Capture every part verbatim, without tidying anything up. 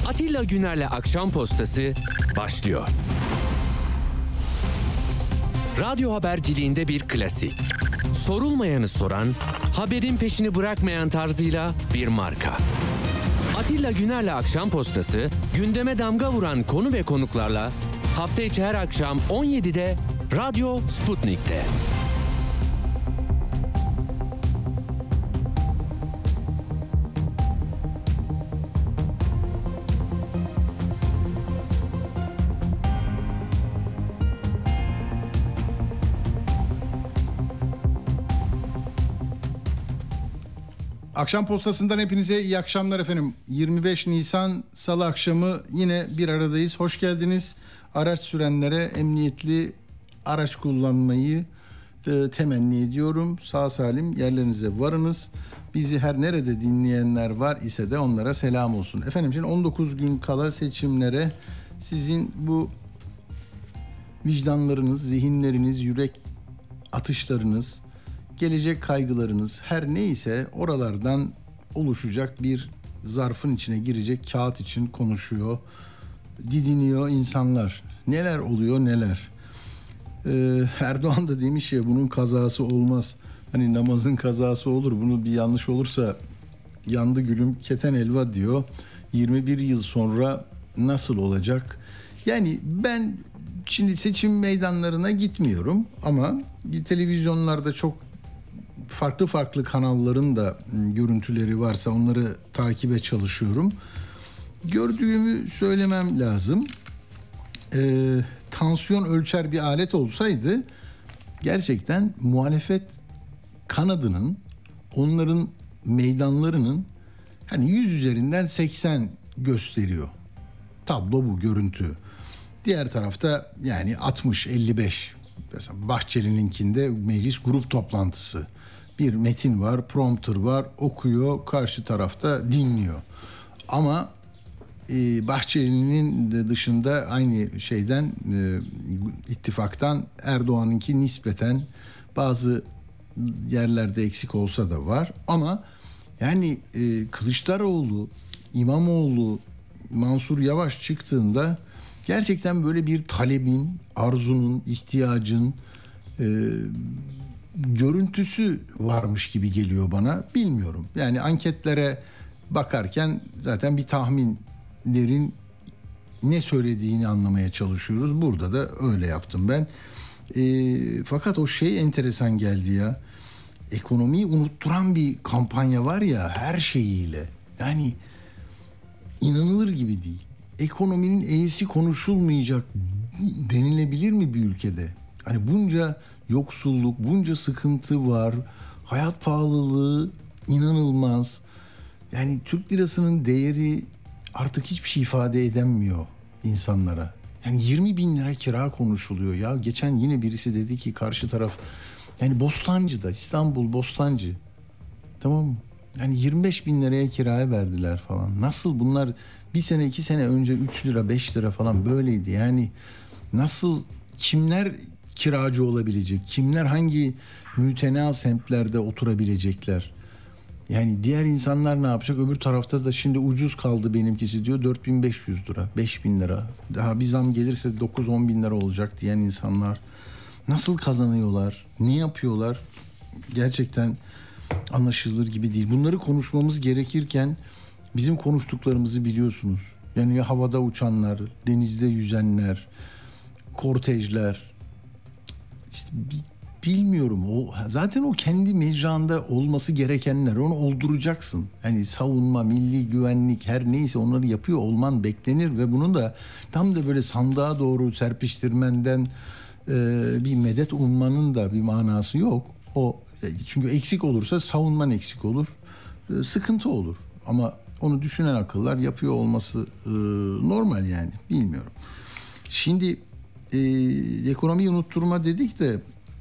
Atilla Güner'le Akşam Postası başlıyor. Radyo haberciliğinde bir klasik. Sorulmayanı soran, haberin peşini bırakmayan tarzıyla bir marka. Atilla Güner'le Akşam Postası, gündeme damga vuran konu ve konuklarla hafta içi her akşam on yedide Radyo Sputnik'te. Akşam postasından hepinize iyi akşamlar efendim. yirmi beş Nisan Salı akşamı yine bir aradayız. Hoş geldiniz. Araç sürenlere emniyetli araç kullanmayı e, temenni ediyorum. Sağ salim yerlerinize varınız. Bizi her nerede dinleyenler var ise de onlara selam olsun. Efendim şimdi on dokuz gün kala seçimlere, sizin bu vicdanlarınız, zihinleriniz, yürek atışlarınız, gelecek kaygılarınız her neyse oralardan oluşacak bir zarfın içine girecek kağıt için konuşuyor, didiniyor insanlar. Neler oluyor neler. Ee, Erdoğan da demiş ya, bunun kazası olmaz. Hani namazın kazası olur, bunu bir yanlış olursa yandı gülüm keten elva diyor. yirmi bir yıl sonra nasıl olacak? Yani ben şimdi seçim meydanlarına gitmiyorum ama televizyonlarda çok farklı farklı kanalların da görüntüleri varsa onları takibe çalışıyorum. Gördüğümü söylemem lazım. Ee, tansiyon ölçer bir alet olsaydı gerçekten muhalefet kanadının, onların meydanlarının hani yüz üzerinden seksen gösteriyor. Tablo bu, görüntü. Diğer tarafta yani altmış elli beş. Mesela Bahçeli'ninkinde meclis grup toplantısı. Bir metin var, prompter var, okuyor, karşı tarafta dinliyor. Ama e, Bahçeli'nin de dışında aynı şeyden, e, ittifaktan Erdoğan'ınki nispeten bazı yerlerde eksik olsa da var. Ama yani e, Kılıçdaroğlu, İmamoğlu, Mansur Yavaş çıktığında gerçekten böyle bir talebin, arzunun, ihtiyacın e, görüntüsü varmış gibi geliyor bana. Bilmiyorum. Yani anketlere bakarken zaten bir tahminlerin ne söylediğini anlamaya çalışıyoruz. Burada da öyle yaptım ben. E, fakat o şey enteresan geldi ya. Ekonomiyi unutturan bir kampanya var ya, her şeyiyle. Yani inanılır gibi değil. Ekonominin eğrisi konuşulmayacak denilebilir mi bir ülkede? Hani bunca yoksulluk, bunca sıkıntı var. Hayat pahalılığı inanılmaz. Yani Türk lirasının değeri artık hiçbir şey ifade edemiyor insanlara. Yani yirmi bin lira kira konuşuluyor ya. Geçen yine birisi dedi ki karşı taraf, yani Bostancı'da, İstanbul Bostancı, tamam mı? Yani yirmi beş bin liraya kiraya verdiler falan. Nasıl bunlar bir sene iki sene önce üç lira beş lira falan böyleydi. Yani nasıl, kimler kiracı olabilecek? Kimler hangi mütenal semtlerde oturabilecekler? Yani diğer insanlar ne yapacak? Öbür tarafta da şimdi ucuz kaldı benimkisi diyor, dört bin beş yüz lira, beş bin lira. Daha bir zam gelirse dokuz on bin lira olacak diyen insanlar nasıl kazanıyorlar? Ne yapıyorlar? Gerçekten anlaşılır gibi değil. Bunları konuşmamız gerekirken bizim konuştuklarımızı biliyorsunuz. Yani havada uçanlar, denizde yüzenler, kortejler, işte bilmiyorum. O zaten o kendi mecranda olması gerekenler. Onu olduracaksın. Yani savunma, milli güvenlik, her neyse onları yapıyor olman beklenir ve bunun da tam da böyle sandığa doğru serpiştirmenden e, bir medet ummanın da bir manası yok. O çünkü eksik olursa savunman eksik olur, e, sıkıntı olur. Ama onu düşünen akıllar yapıyor olması e, normal yani. Bilmiyorum. Şimdi e, ekonomiyi unutturma dedik de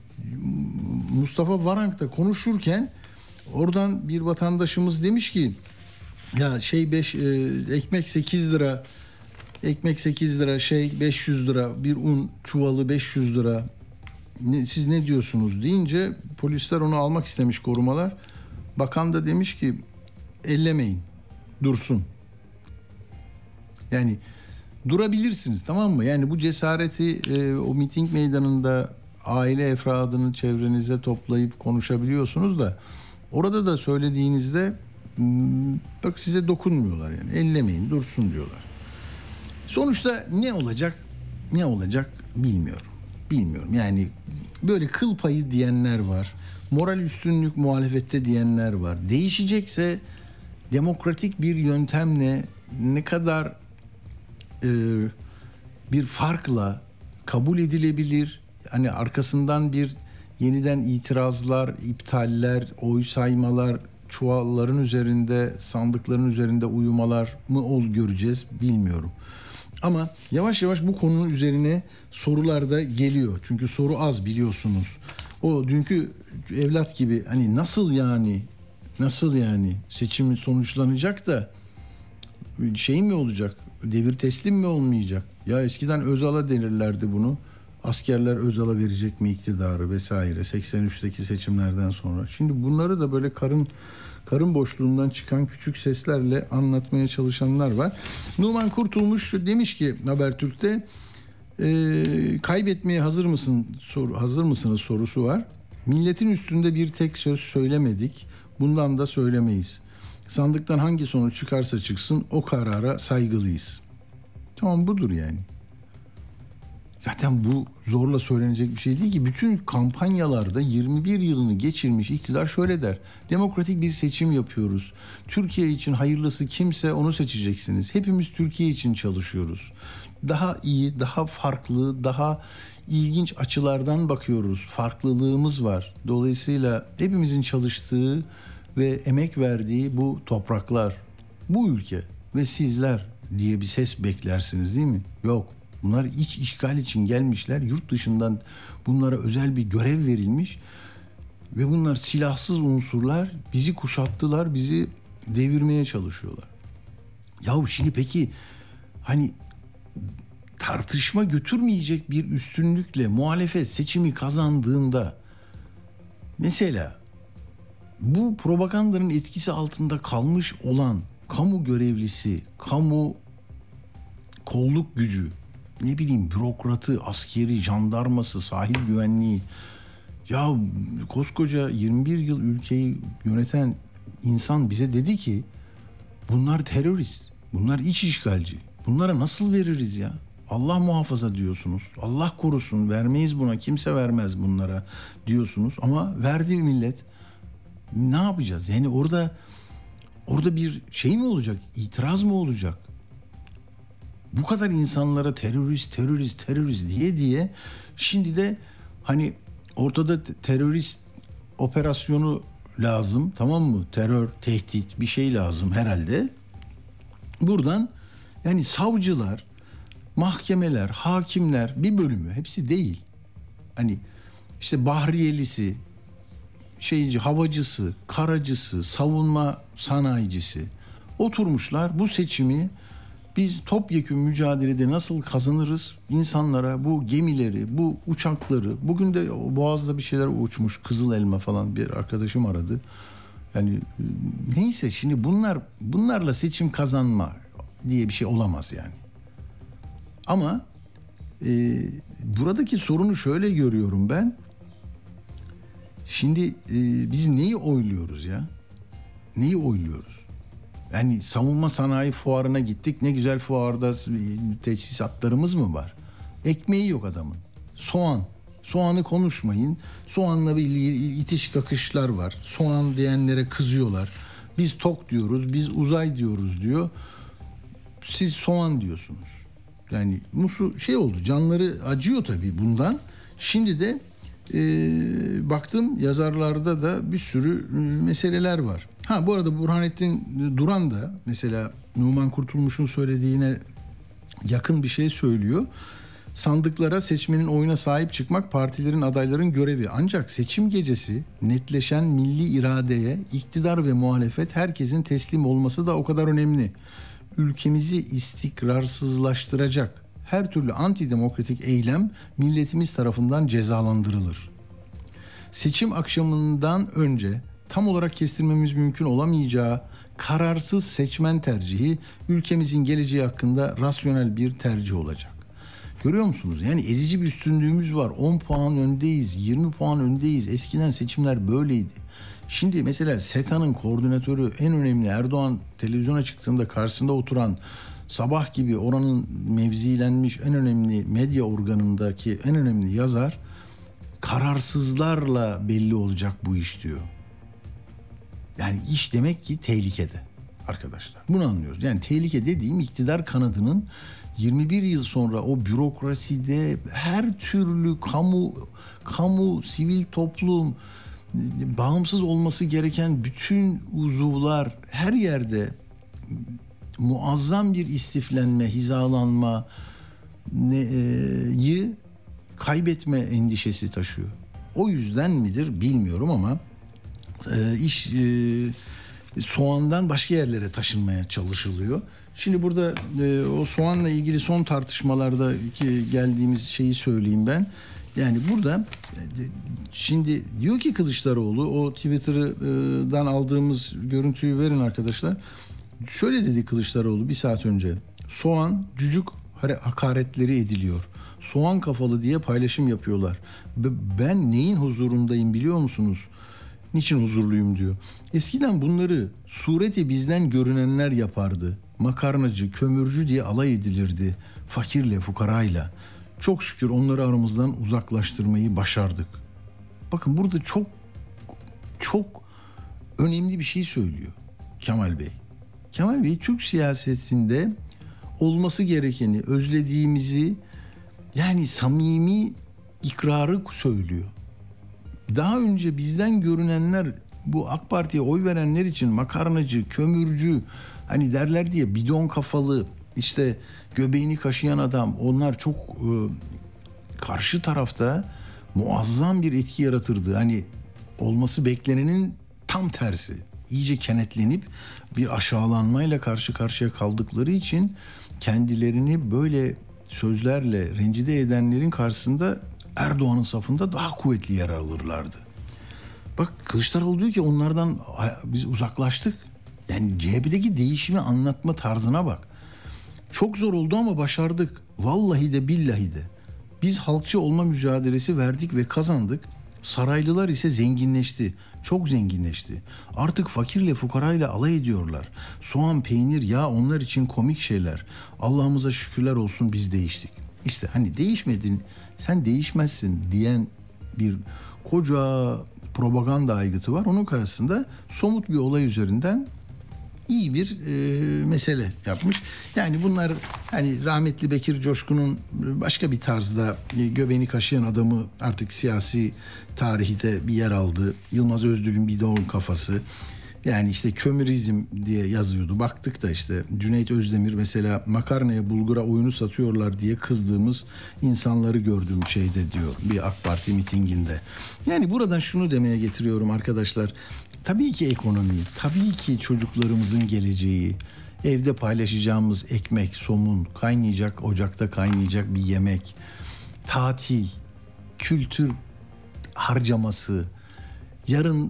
Mustafa Varank da konuşurken oradan bir vatandaşımız demiş ki ya şey beş e, ekmek sekiz lira, ekmek sekiz lira, şey beş yüz lira, bir un çuvalı beş yüz lira, ne, siz ne diyorsunuz deyince polisler onu almak istemiş, korumalar. Bakan da demiş ki ellemeyin, dursun. Yani durabilirsiniz, tamam mı? Yani bu cesareti e, o miting meydanında aile efradını çevrenize toplayıp konuşabiliyorsunuz da orada da söylediğinizde bak size dokunmuyorlar yani. Ellemeyin, dursun diyorlar. Sonuçta ne olacak? Ne olacak bilmiyorum. Bilmiyorum. Yani böyle kıl payı diyenler var. Moral üstünlük muhalefette diyenler var. Değişecekse demokratik bir yöntemle ne kadar e, bir farkla kabul edilebilir. Hani arkasından bir yeniden itirazlar, iptaller, oy saymalar, çuvalların üzerinde, sandıkların üzerinde uyumalar mı ol göreceğiz bilmiyorum. Ama yavaş yavaş bu konunun üzerine sorular da geliyor. Çünkü soru az biliyorsunuz. O dünkü evlat gibi hani nasıl yani, nasıl yani seçim sonuçlanacak da şey mi olacak, devir teslim mi olmayacak? Ya eskiden Özal'a denirlerdi bunu. Askerler Özal'a verecek mi iktidarı vesaire seksen üçteki seçimlerden sonra. Şimdi bunları da böyle karın karın boşluğundan çıkan küçük seslerle anlatmaya çalışanlar var. Numan Kurtulmuş demiş ki Habertürk'te e, kaybetmeye hazır mısın soru hazır mısınız sorusu var. Milletin üstünde bir tek söz söylemedik. Bundan da söylemeyiz. Sandıktan hangi sonuç çıkarsa çıksın o karara saygılıyız. Tamam, budur yani. Zaten bu zorla söylenecek bir şey değil ki. Bütün kampanyalarda yirmi bir yılını geçirmiş iktidar şöyle der. Demokratik bir seçim yapıyoruz. Türkiye için hayırlısı kimse onu seçeceksiniz. Hepimiz Türkiye için çalışıyoruz. Daha iyi, daha farklı, daha ilginç açılardan bakıyoruz. Farklılığımız var. Dolayısıyla hepimizin çalıştığı ve emek verdiği bu topraklar, bu ülke ve sizler diye bir ses beklersiniz değil mi? Yok. Bunlar iç işgal için gelmişler. Yurt dışından bunlara özel bir görev verilmiş. Ve bunlar silahsız unsurlar. Bizi kuşattılar, bizi devirmeye çalışıyorlar. Yahu şimdi peki hani tartışma götürmeyecek bir üstünlükle muhalefet seçimi kazandığında mesela bu propagandanın etkisi altında kalmış olan kamu görevlisi, kamu kolluk gücü, ne bileyim bürokratı, askeri, jandarması, sahil güvenliği, ya koskoca yirmi bir yıl ülkeyi yöneten insan bize dedi ki bunlar terörist, bunlar iç işgalci, bunlara nasıl veririz ya? Allah muhafaza diyorsunuz, Allah korusun, vermeyiz buna, kimse vermez bunlara diyorsunuz ama verdi millet. Ne yapacağız? Yani orada orada bir şey mi olacak, itiraz mı olacak? Bu kadar insanlara terörist, terörist, terörist diye diye şimdi de hani ortada terörist operasyonu lazım, tamam mı? Terör, tehdit bir şey lazım herhalde. Buradan yani savcılar, mahkemeler, hakimler bir bölümü, hepsi değil. Hani işte bahriyelisi, şeyci, havacısı, karacısı, savunma sanayicisi oturmuşlar bu seçimi biz topyekün mücadelede nasıl kazanırız? İnsanlara bu gemileri, bu uçakları, bugün de Boğaz'da bir şeyler uçmuş, Kızıl Elma falan bir arkadaşım aradı. Yani neyse şimdi bunlar bunlarla seçim kazanma diye bir şey olamaz yani. Ama e, buradaki sorunu şöyle görüyorum ben. Şimdi e, biz neyi oyluyoruz ya? Neyi oyluyoruz? Yani savunma sanayi fuarına gittik. Ne güzel fuarda teçhizatlarımız mı var? Ekmeği yok adamın. Soğan. Soğanı konuşmayın. Soğanla ilgili itiş kakışlar var. Soğan diyenlere kızıyorlar. Biz tok diyoruz, biz uzay diyoruz diyor. Siz soğan diyorsunuz. Yani musu şey oldu. Canları acıyor tabii bundan. Şimdi de e, baktım yazarlarda da bir sürü e, meseleler var. Ha bu arada Burhanettin Duran da mesela Numan Kurtulmuş'un söylediğine yakın bir şey söylüyor. Sandıklara, seçmenin oyuna sahip çıkmak partilerin, adayların görevi. Ancak seçim gecesi netleşen milli iradeye iktidar ve muhalefet herkesin teslim olması da o kadar önemli. Ülkemizi istikrarsızlaştıracak her türlü antidemokratik eylem milletimiz tarafından cezalandırılır. Seçim akşamından önce tam olarak kestirmemiz mümkün olamayacağı kararsız seçmen tercihi ülkemizin geleceği hakkında rasyonel bir tercih olacak. Görüyor musunuz? Yani ezici bir üstünlüğümüz var. on puan öndeyiz, yirmi puan öndeyiz. Eskiden seçimler böyleydi. Şimdi mesela SETA'nın koordinatörü, en önemli, Erdoğan televizyona çıktığında karşısında oturan, Sabah gibi oranın mevzilenmiş en önemli medya organındaki en önemli yazar, kararsızlarla belli olacak bu iş diyor. Yani iş demek ki tehlikede arkadaşlar. Bunu anlıyoruz. Yani tehlike dediğim iktidar kanadının yirmi bir yıl sonra o bürokraside her türlü kamu, kamu, sivil toplum, bağımsız olması gereken bütün uzuvlar her yerde muazzam bir istiflenme, hizalanmayı kaybetme endişesi taşıyor. O yüzden midir bilmiyorum ama e, iş e, soğandan başka yerlere taşınmaya çalışılıyor. Şimdi burada e, o soğanla ilgili son tartışmalardaki geldiğimiz şeyi söyleyeyim ben. Yani burada e, şimdi diyor ki Kılıçdaroğlu, o Twitter'dan aldığımız görüntüyü verin arkadaşlar. Şöyle dedi Kılıçdaroğlu bir saat önce: soğan, cücük hakaretleri ediliyor. Soğan kafalı diye paylaşım yapıyorlar. Ben neyin huzurundayım biliyor musunuz? Niçin huzurluyum diyor. Eskiden bunları sureti bizden görünenler yapardı. Makarnacı, kömürcü diye alay edilirdi. Fakirle, fukarayla. Çok şükür onları aramızdan uzaklaştırmayı başardık. Bakın burada çok çok önemli bir şey söylüyor Kemal Bey. Kemal Bey Türk siyasetinde olması gerekeni, özlediğimizi, yani samimi ikrarı söylüyor. Daha önce bizden görünenler, bu AK Parti'ye oy verenler için makarnacı, kömürcü, hani derler diye bidon kafalı, işte göbeğini kaşıyan adam, onlar çok e, karşı tarafta muazzam bir etki yaratırdı. Hani olması beklenenin tam tersi. İyice kenetlenip bir aşağılanmayla karşı karşıya kaldıkları için kendilerini böyle sözlerle rencide edenlerin karşısında Erdoğan'ın safında daha kuvvetli yer alırlardı. Bak Kılıçdaroğlu diyor ki onlardan biz uzaklaştık. Yani C H P'deki değişimi anlatma tarzına bak. Çok zor oldu ama başardık. Vallahi de billahi de. Biz halkçı olma mücadelesi verdik ve kazandık. Saraylılar ise zenginleşti. Çok zenginleşti. Artık fakirle fukarayla alay ediyorlar. Soğan, peynir, yağ onlar için komik şeyler. Allah'ımıza şükürler olsun biz değiştik. İşte hani değişmedin, sen değişmezsin diyen bir koca propaganda aygıtı var. Onun karşısında somut bir olay üzerinden iyi bir e, mesele yapmış. Yani bunlar hani rahmetli Bekir Coşkun'un başka bir tarzda e, göbeğini kaşıyan adamı artık siyasi tarihte bir yer aldı. Yılmaz Özdil'in bidon kafası. Yani işte kömürizm diye yazıyordu. Baktık da işte Cüneyt Özdemir mesela makarnaya, bulgura oyunu satıyorlar diye kızdığımız insanları gördüğüm şeyde diyor bir AK Parti mitinginde. Yani buradan şunu demeye getiriyorum arkadaşlar. Tabii ki ekonomi, tabii ki çocuklarımızın geleceği, evde paylaşacağımız ekmek, somun, kaynayacak, ocakta kaynayacak bir yemek, tatil, kültür harcaması, yarın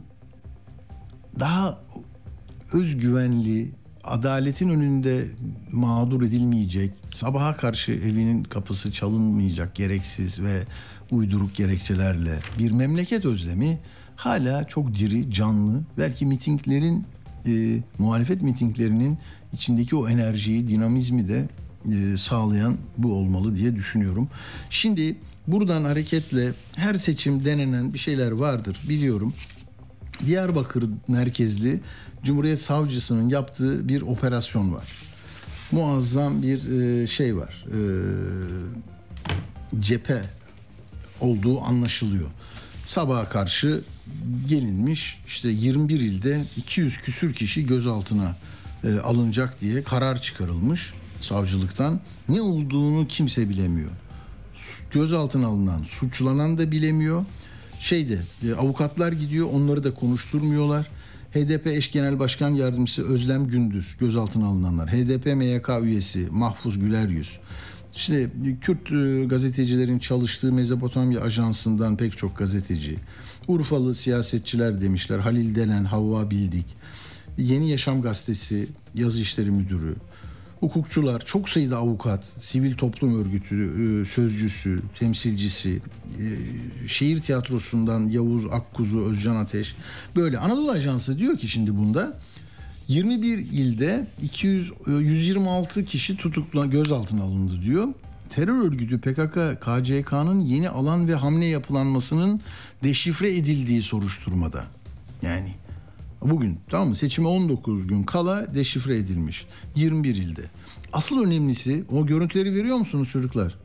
daha özgüvenli, adaletin önünde mağdur edilmeyecek, sabaha karşı evinin kapısı çalınmayacak gereksiz ve uyduruk gerekçelerle bir memleket özlemi hala çok diri, canlı. Belki mitinglerin, e, muhalefet mitinglerinin içindeki o enerjiyi, dinamizmi de e, sağlayan bu olmalı diye düşünüyorum. Şimdi buradan hareketle her seçim denenen bir şeyler vardır biliyorum. Diyarbakır merkezli Cumhuriyet Savcısının yaptığı bir operasyon var. Muazzam bir e, şey var. E, cephe olduğu anlaşılıyor. Sabaha karşı gelinmiş, işte yirmi bir ilde iki yüz küsür kişi gözaltına e, alınacak diye karar çıkarılmış savcılıktan. Ne olduğunu kimse bilemiyor. Gözaltına alınan, suçlanan da bilemiyor. Şeyde e, avukatlar gidiyor, onları da konuşturmuyorlar. H D P eş genel başkan yardımcısı Özlem Gündüz gözaltına alınanlar. H D P M Y K üyesi Mahfuz Güleryüz. İşte Kürt e, gazetecilerin çalıştığı Mezopotamya Ajansı'ndan pek çok gazeteci. Urfalı siyasetçiler demişler. Halil Delen, Havva Bildik. Yeni Yaşam Gazetesi yazı işleri müdürü, hukukçular, çok sayıda avukat, sivil toplum örgütü sözcüsü, temsilcisi, şehir tiyatrosundan Yavuz Akkuzu, Özcan Ateş, böyle. Anadolu Ajansı diyor ki şimdi bunda yirmi bir ilde iki yüz yüz yirmi altı kişi tutukla gözaltına alındı diyor. Terör örgütü P K K K C K'nın yeni alan ve hamle yapılanmasının deşifre edildiği soruşturmada. Yani bugün, tamam mı, seçime on dokuz gün kala deşifre edilmiş yirmi bir ilde. Asıl önemlisi, o görüntüleri veriyor musunuz çocuklar?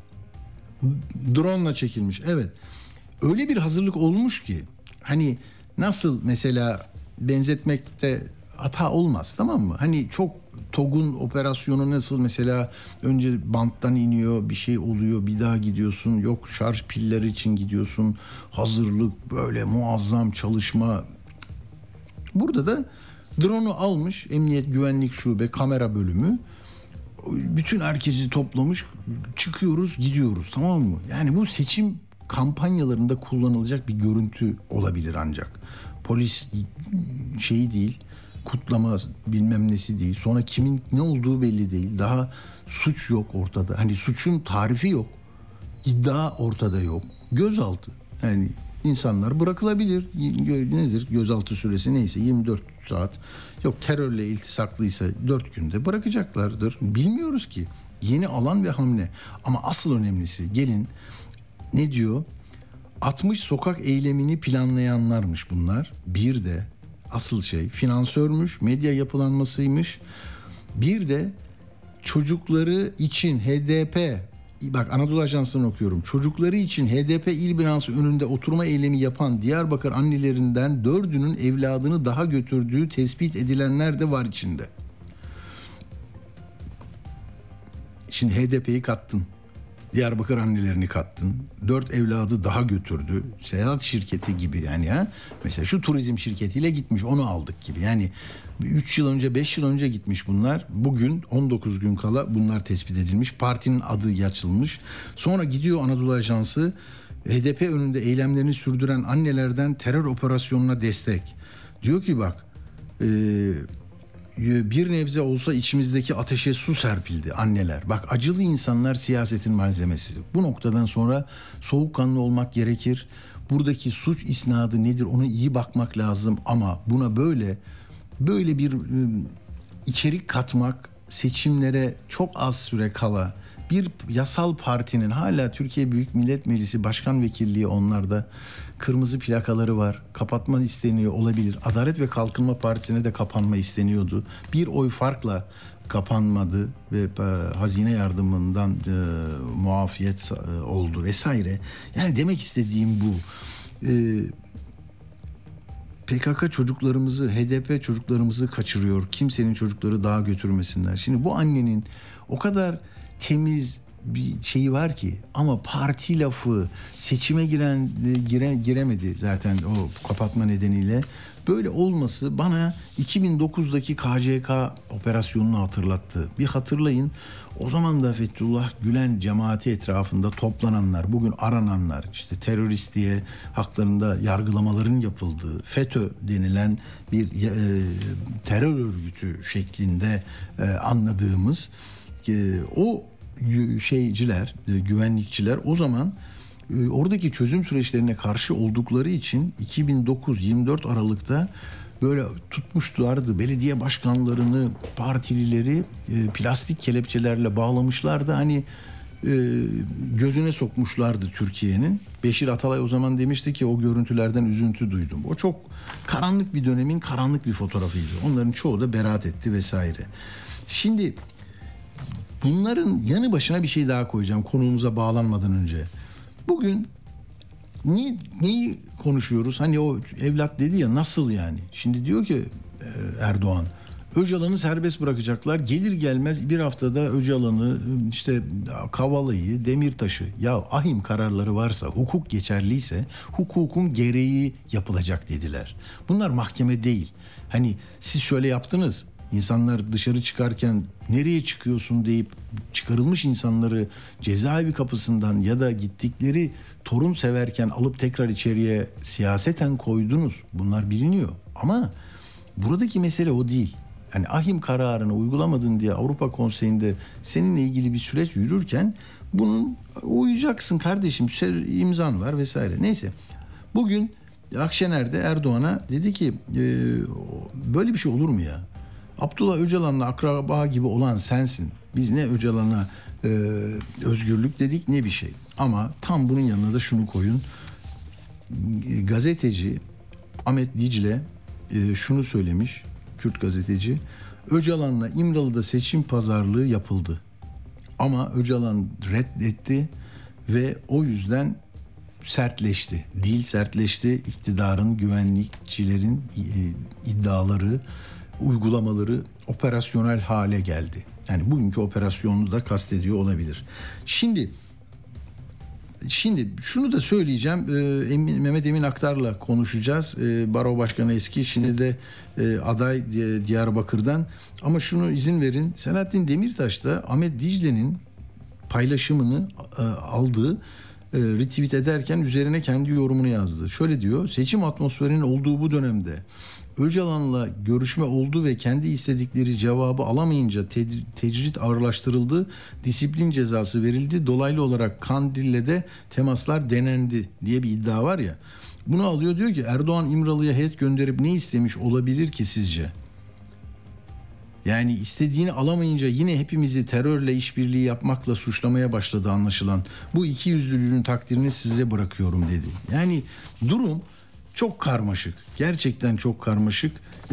Drone'la çekilmiş. Evet. Öyle bir hazırlık olmuş ki hani nasıl mesela benzetmekte hata olmaz, tamam mı? Hani çok TOG'un operasyonu nasıl mesela önce banttan iniyor, bir şey oluyor, bir daha gidiyorsun, yok şarj pilleri için gidiyorsun, hazırlık, böyle muazzam çalışma. Burada da drone'u almış Emniyet Güvenlik Şube kamera bölümü, bütün herkesi toplamış, çıkıyoruz gidiyoruz, tamam mı? Yani bu seçim kampanyalarında kullanılacak bir görüntü olabilir ancak. Polis şeyi değil, kutlama bilmem nesi değil. Sonra kimin ne olduğu belli değil. Daha suç yok ortada. Hani suçun tarifi yok. İddia ortada yok. Gözaltı. Yani insanlar bırakılabilir. Nedir? Gözaltı süresi neyse yirmi dört saat. Yok terörle iltisaklıysa dört günde bırakacaklardır. Bilmiyoruz ki. Yeni alan ve hamle. Ama asıl önemlisi, gelin ne diyor? altmış sokak eylemini planlayanlarmış bunlar. Bir de asıl şey finansörmüş, medya yapılanmasıymış. Bir de çocukları için H D P, bak Anadolu Ajansı'ndan okuyorum. Çocukları için H D P il binası önünde oturma eylemi yapan Diyarbakır annelerinden dördünün evladını daha götürdüğü tespit edilenler de var içinde. Şimdi H D P'yi kattın. Diyarbakır annelerini kattın. Dört evladı daha götürdü. Seyahat şirketi gibi yani ha. Mesela şu turizm şirketiyle gitmiş, onu aldık gibi. Yani üç yıl önce, beş yıl önce gitmiş bunlar. Bugün on dokuz gün kala bunlar tespit edilmiş. Partinin adı yazılmış. Sonra gidiyor Anadolu Ajansı, H D P önünde eylemlerini sürdüren annelerden terör operasyonuna destek. Diyor ki bak, eee bir nebze olsa içimizdeki ateşe su serpildi anneler. Bak, acılı insanlar siyasetin malzemesi. Bu noktadan sonra soğukkanlı olmak gerekir. Buradaki suç isnadı nedir onu iyi bakmak lazım ama buna böyle böyle bir içerik katmak, seçimlere çok az süre kala bir yasal partinin, hala Türkiye Büyük Millet Meclisi Başkan Vekilliği onlarda, kırmızı plakaları var. Kapatma isteniyor olabilir. Adalet ve Kalkınma Partisi'ne de kapanma isteniyordu. Bir oy farkla kapanmadı ve e, hazine yardımından e, muafiyet e, oldu vesaire. Yani demek istediğim bu. E, P K K çocuklarımızı, H D P çocuklarımızı kaçırıyor. Kimsenin çocukları daha götürmesinler. Şimdi bu annenin o kadar temiz bir şeyi var ki ama parti lafı, seçime giren gire, giremedi zaten o kapatma nedeniyle. Böyle olması bana iki bin dokuzdaki K C K operasyonunu hatırlattı. Bir hatırlayın, o zaman da Fethullah Gülen cemaati etrafında toplananlar, bugün arananlar, işte terörist diye haklarında yargılamaların yapıldığı FETÖ denilen bir e, terör örgütü şeklinde e, anladığımız e, o şeyciler, güvenlikçiler o zaman oradaki çözüm süreçlerine karşı oldukları için iki bin dokuz yirmi dört Aralık'ta böyle tutmuşlardı belediye başkanlarını, partilileri plastik kelepçelerle bağlamışlardı. Hani gözüne sokmuşlardı Türkiye'nin. Beşir Atalay o zaman demişti ki o görüntülerden üzüntü duydum. O çok karanlık bir dönemin karanlık bir fotoğrafıydı. Onların çoğu da beraat etti vesaire. Şimdi bunların yanı başına bir şey daha koyacağım konuğumuza bağlanmadan önce. Bugün ne, neyi konuşuyoruz? Hani o evlat dedi ya, nasıl yani? Şimdi diyor ki Erdoğan, Öcalan'ı serbest bırakacaklar. Gelir gelmez bir haftada Öcalan'ı, işte Kavala'yı, Demirtaş'ı. Ya ahim kararları varsa, hukuk geçerliyse hukukun gereği yapılacak dediler. Bunlar mahkeme değil. Hani siz şöyle yaptınız. İnsanlar dışarı çıkarken nereye çıkıyorsun deyip çıkarılmış insanları cezaevi kapısından ya da gittikleri torun severken alıp tekrar içeriye siyaseten koydunuz. Bunlar biliniyor ama buradaki mesele o değil. Yani ahim kararını uygulamadın diye Avrupa Konseyi'nde seninle ilgili bir süreç yürürken bunun uyacaksın kardeşim, imzan var vesaire. Neyse. Bugün Akşener de Erdoğan'a dedi ki e, böyle bir şey olur mu ya? Abdullah Öcalan'la akraba gibi olan sensin. Biz ne Öcalan'a e, özgürlük dedik ne bir şey. Ama tam bunun yanına da şunu koyun. E, gazeteci Ahmet Dicle e, şunu söylemiş. Kürt gazeteci. Öcalan'la İmralı'da seçim pazarlığı yapıldı. Ama Öcalan reddetti ve o yüzden sertleşti. Dil sertleşti. İktidarın, güvenlikçilerin iddiaları, uygulamaları operasyonel hale geldi. Yani bugünkü operasyonu da kastediyor olabilir. Şimdi Şimdi şunu da söyleyeceğim. Ee, Emin, Mehmet Emin Aktar'la konuşacağız. Ee, Baro Başkanı eski, şimdi de e, aday e, Diyarbakır'dan. Ama şunu izin verin. Selahattin Demirtaş da Ahmet Dicle'nin paylaşımını e, aldığı, e, retweet ederken üzerine kendi yorumunu yazdı. Şöyle diyor: seçim atmosferinin olduğu bu dönemde Öcalan'la görüşme oldu ve kendi istedikleri cevabı alamayınca tedri- tecrit ağırlaştırıldı, disiplin cezası verildi, dolaylı olarak Kandil'le de temaslar denendi diye bir iddia var ya. Bunu alıyor, diyor ki Erdoğan İmralı'ya heyet gönderip ne istemiş olabilir ki sizce? Yani istediğini alamayınca yine hepimizi terörle işbirliği yapmakla suçlamaya başladı anlaşılan. Bu ikiyüzlülüğün takdirini size bırakıyorum dedi. Yani durum çok karmaşık. Gerçekten çok karmaşık. Ee,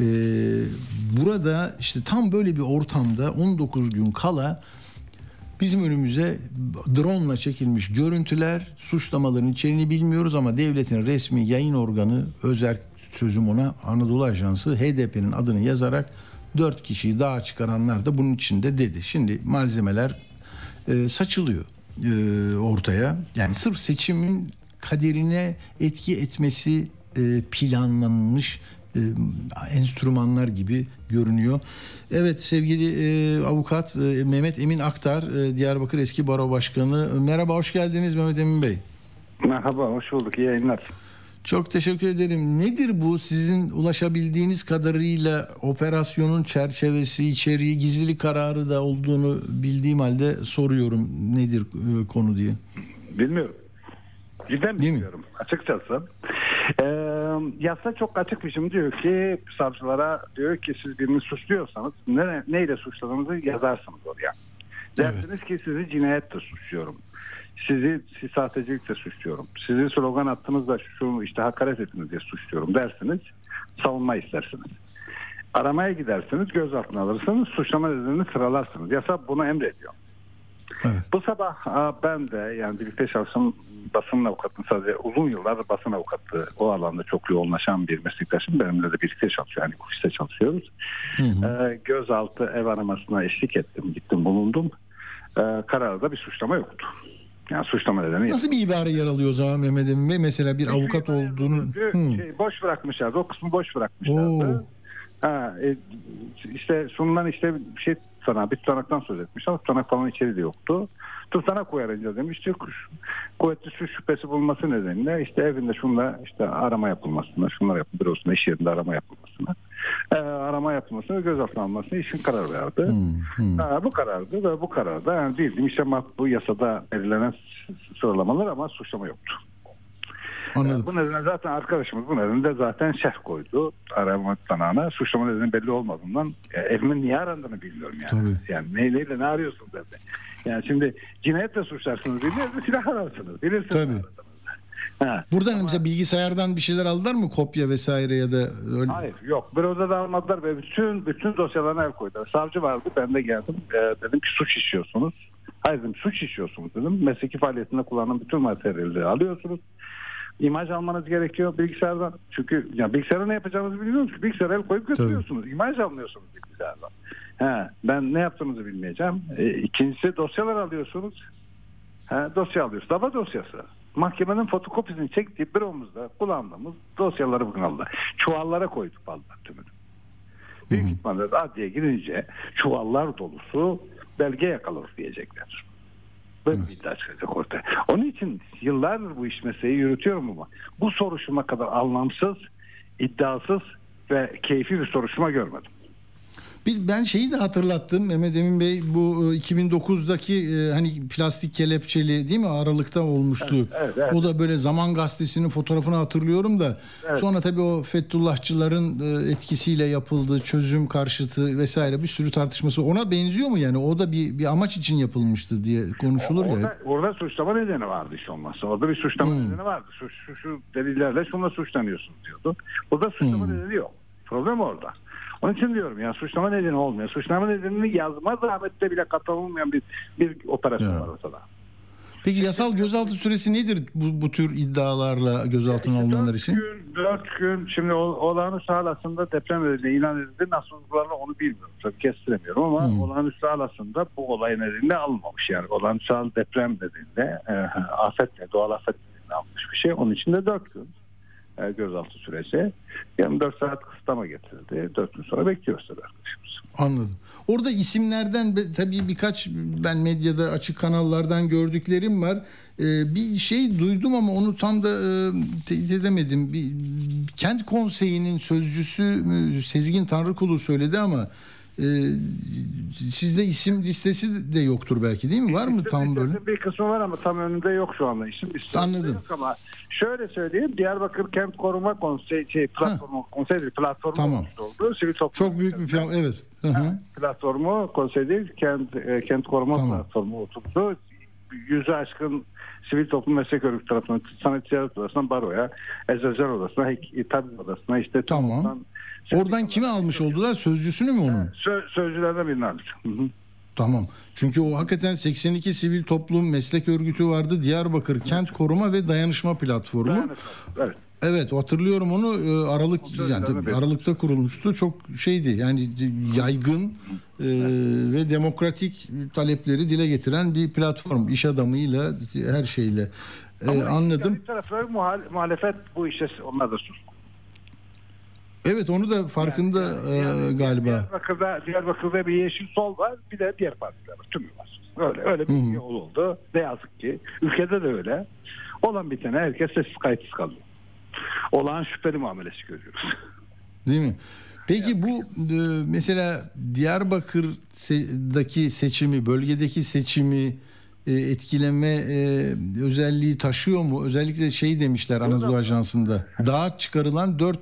burada işte tam böyle bir ortamda on dokuz gün kala bizim önümüze drone'la çekilmiş görüntüler, suçlamaların içeriğini bilmiyoruz ama devletin resmi yayın organı, özerk sözüm ona, Anadolu Ajansı H D P'nin adını yazarak dört kişiyi daha çıkaranlar da bunun içinde dedi. Şimdi malzemeler e, saçılıyor e, ortaya. Yani sırf seçimin kaderine etki etmesi e, planlanmış e, enstrümanlar gibi görünüyor. Evet, sevgili e, avukat e, Mehmet Emin Aktar, e, Diyarbakır eski baro başkanı. Merhaba, hoş geldiniz Mehmet Emin Bey. Merhaba, hoş bulduk. İyi yayınlar. Çok teşekkür ederim. Nedir bu sizin ulaşabildiğiniz kadarıyla operasyonun çerçevesi, içeriği, gizli kararı da olduğunu bildiğim halde soruyorum nedir e, konu diye. Bilmiyorum. Cidden Değil bilmiyorum mi? Açıkçası. Ee, yasa çok açık biçim diyor ki savcılara, diyor ki siz birini suçluyorsanız ne, neyle suçladığınızı yazarsınız oraya. Dersiniz evet. ki sizi cinayetle suçluyorum. Sizi, sizi sahtecilikle suçluyorum. Sizi slogan attığınızda şu işte hakaret ettiniz diye suçluyorum dersiniz. Savunma istersiniz. Aramaya gidersiniz, gözaltına alırsınız, suçlama nedenini sıralarsınız. Yasa bunu emrediyor. Evet. Bu sabah ben de yani birlikte çalışan basın avukatım, sadece uzun yıllardır basın avukatlığı o alanda çok yoğunlaşan bir meslektaşım. Benimle de birlikte çalışıyor. Yani ofiste çalışıyoruz. Hı hı. Ee, gözaltı ev aramasına eşlik ettim. Gittim, bulundum. Ee, kararda bir suçlama yoktu. Yani suçlama nedeni. Nasıl bir ibare yer alıyor o zaman Mehmet Emin Bey? Mesela bir avukat olduğunu... Şey, boş bırakmışlardı. O kısmı boş bırakmışlardı. Ha, e, işte sunulan işte bir şey sana bir tutanaktan söz etmiş ama tutanak falan içeri de yoktu. Tutanak uyarınca demişti kuvvetli suç şüphesi bulunması nedeniyle işte evinde şunla işte arama yapılmasına, şunlar yapılır bürosunda, iş yerinde arama yapılmasına, e, arama yapılmasına, gözaltına alınmasına işin karar verdi. Hmm, hmm. Ha, bu karardı ve bu kararda yani bildiğim işte bu yasada belirlenen sıralamalar ama suçlama yoktu. Anladım. Bu nedenle zaten arkadaşımız bu nedenle zaten şerh koydu arama tutanağına. Suçlama nedeni belli olmadığından e, evimin niye arandığını bilmiyorum yani. Tabii. Yani ne, neyle ne arıyorsunuz dedi. Yani şimdi cinayetle suçlarsınız bilirsiniz, silah ararsınız. Bilirsiniz. Tabii. Ha. Buradan ama, mesela bilgisayardan bir şeyler aldılar mı? Kopya vesaire ya da öyle? Hayır, yok. Büroda da almadılar ve bütün bütün dosyalarına el koydular. Savcı vardı, ben de geldim. E, dedim ki suç işliyorsunuz. Hayır dedim, suç işliyorsunuz dedim. Mesleki faaliyetinde kullanılan bütün materyalleri alıyorsunuz. İmaj almanız gerekiyor bilgisayardan. Çünkü ya bilgisayara ne yapacağınızı bilmiyorsunuz ki. Bilgisayara el koyup götürüyorsunuz. Tabii. İmaj almıyorsunuz bilgisayardan. He, ben ne yaptığınızı bilmeyeceğim. E, ikincisi dosyalar alıyorsunuz. He, dosya alıyorsunuz. Dava dosyası. Mahkemenin fotokopisini çektiği büromuzda kullandığımız dosyaları bugün aldılar. Çuvallara koyduk vallahi tümünü. Büyük ihtimalle adliye girince çuvallar dolusu belge yakaladık diyecekler. Böyle evet. bir iddia çıkacak ortaya. Onun için yıllardır bu iş mesleği yürütüyorum ama bu soruşturma kadar anlamsız, iddiasız ve keyfi bir soruşturma görmedim. Bir, ben şeyi de hatırlattım Mehmet Emin Bey, bu iki bin dokuzdaki e, hani plastik kelepçeli değil mi, Aralık'ta olmuştu. Evet, evet, evet. O da böyle Zaman Gazetesi'nin fotoğrafını hatırlıyorum da Evet. sonra tabii o Fethullahçıların e, etkisiyle yapıldı, çözüm karşıtı vesaire bir sürü tartışması, ona benziyor mu yani? O da bir, bir amaç için yapılmıştı diye konuşulur orada, ya. Orada suçlama nedeni vardı hiç olmazsa. Orada bir suçlama Hmm. nedeni vardı. Şu, şu, şu delillerle şunla suçlanıyorsunuz diyordu. Burada suçlama Hmm. nedeni yok. Problem orada. Onun için diyorum ya, suçlama nedeni olmuyor. Suçlama nedenini yazma zahmette bile katılmayan bir, bir operasyon Ya. var ortada. Peki yasal gözaltı süresi nedir bu, bu tür iddialarla gözaltına alınanlar için? Gün, dört gün. Şimdi o, olağanüstü hal aslında deprem nedeniyle ilan edildi. Nasıl uygularla onu bilmiyorum. Tabii kestiremiyorum ama hmm. olağanüstü hal aslında bu olay nedeniyle alınmamış. Yani olağanüstü hal deprem nedeniyle e, afetle, doğal afet nedeniyle alınmış bir şey. Onun için de dört gün e, gözaltı süresi. yirmi dört saat kısıtlama getirildi. dört gün sonra bekliyoruz tabii arkadaşımız. Anladım. Orada isimlerden tabii birkaç ben medyada açık kanallardan gördüklerim var. Ee, bir şey duydum ama onu tam da e, teyit edemedim. Bir, Kent Konseyi'nin sözcüsü Sezgin Tanrıkulu söyledi ama e, sizde isim listesi de yoktur belki, değil mi? Var mı tam böyle? Bir kısmı var ama tam önünde yok şu anda isim. Anladım. Yok ama şöyle söyleyeyim, Diyarbakır Kent Koruma Konseyi şey, platformu, konseyi değil, platformu Tamam. oldu. Sivil toplum. Çok büyük bir plan, evet. Hı hı. Platformu konsey değil, kent, e, kent koruma Tamam. platformu oturdu. Yüzü aşkın sivil toplum meslek örgütü tarafından, Sanat Ticaret Odası'ndan Baro'ya, Eczacılar Odası'na, Tabip Odası'na, işte Tamam. Tamamdan, Oradan kimi almış oldular? Sözcüsünü mü onun? Sö- sözcülerden birini aldık. Hı hı. Tamam. Çünkü o hakikaten seksen iki sivil toplum meslek örgütü vardı. Diyarbakır Kent Koruma ve Dayanışma Platformu. Dayanışma, evet. Evet, hatırlıyorum onu. Aralık yani tabii Aralık'ta kurulmuştu. Çok şeydi. Yani yaygın e, ve demokratik talepleri dile getiren bir platform. İş adamıyla, her şeyle. E, Ama anladım. bir tarafları muhal- muhalefet bu işe onlar da sus. Evet, onu da farkında Yani, yani, e, galiba. Diyarbakır'da, Diyarbakır'da bir Yeşil Sol var, bir de diğer partiler var. Tümü var. Öyle öyle bir Hı hı. yol oldu. Ne yazık ki. Ülkede de öyle. Olan bitene herkes sessiz kayıtsız kalıyor. Olağan şüpheli muamelesi görüyoruz. Değil mi? Peki bu e, mesela Diyarbakır'daki seçimi, bölgedeki seçimi e, etkileme e, özelliği taşıyor mu? Özellikle şey demişler Anadolu Ajansı'nda. Dağa çıkarılan dört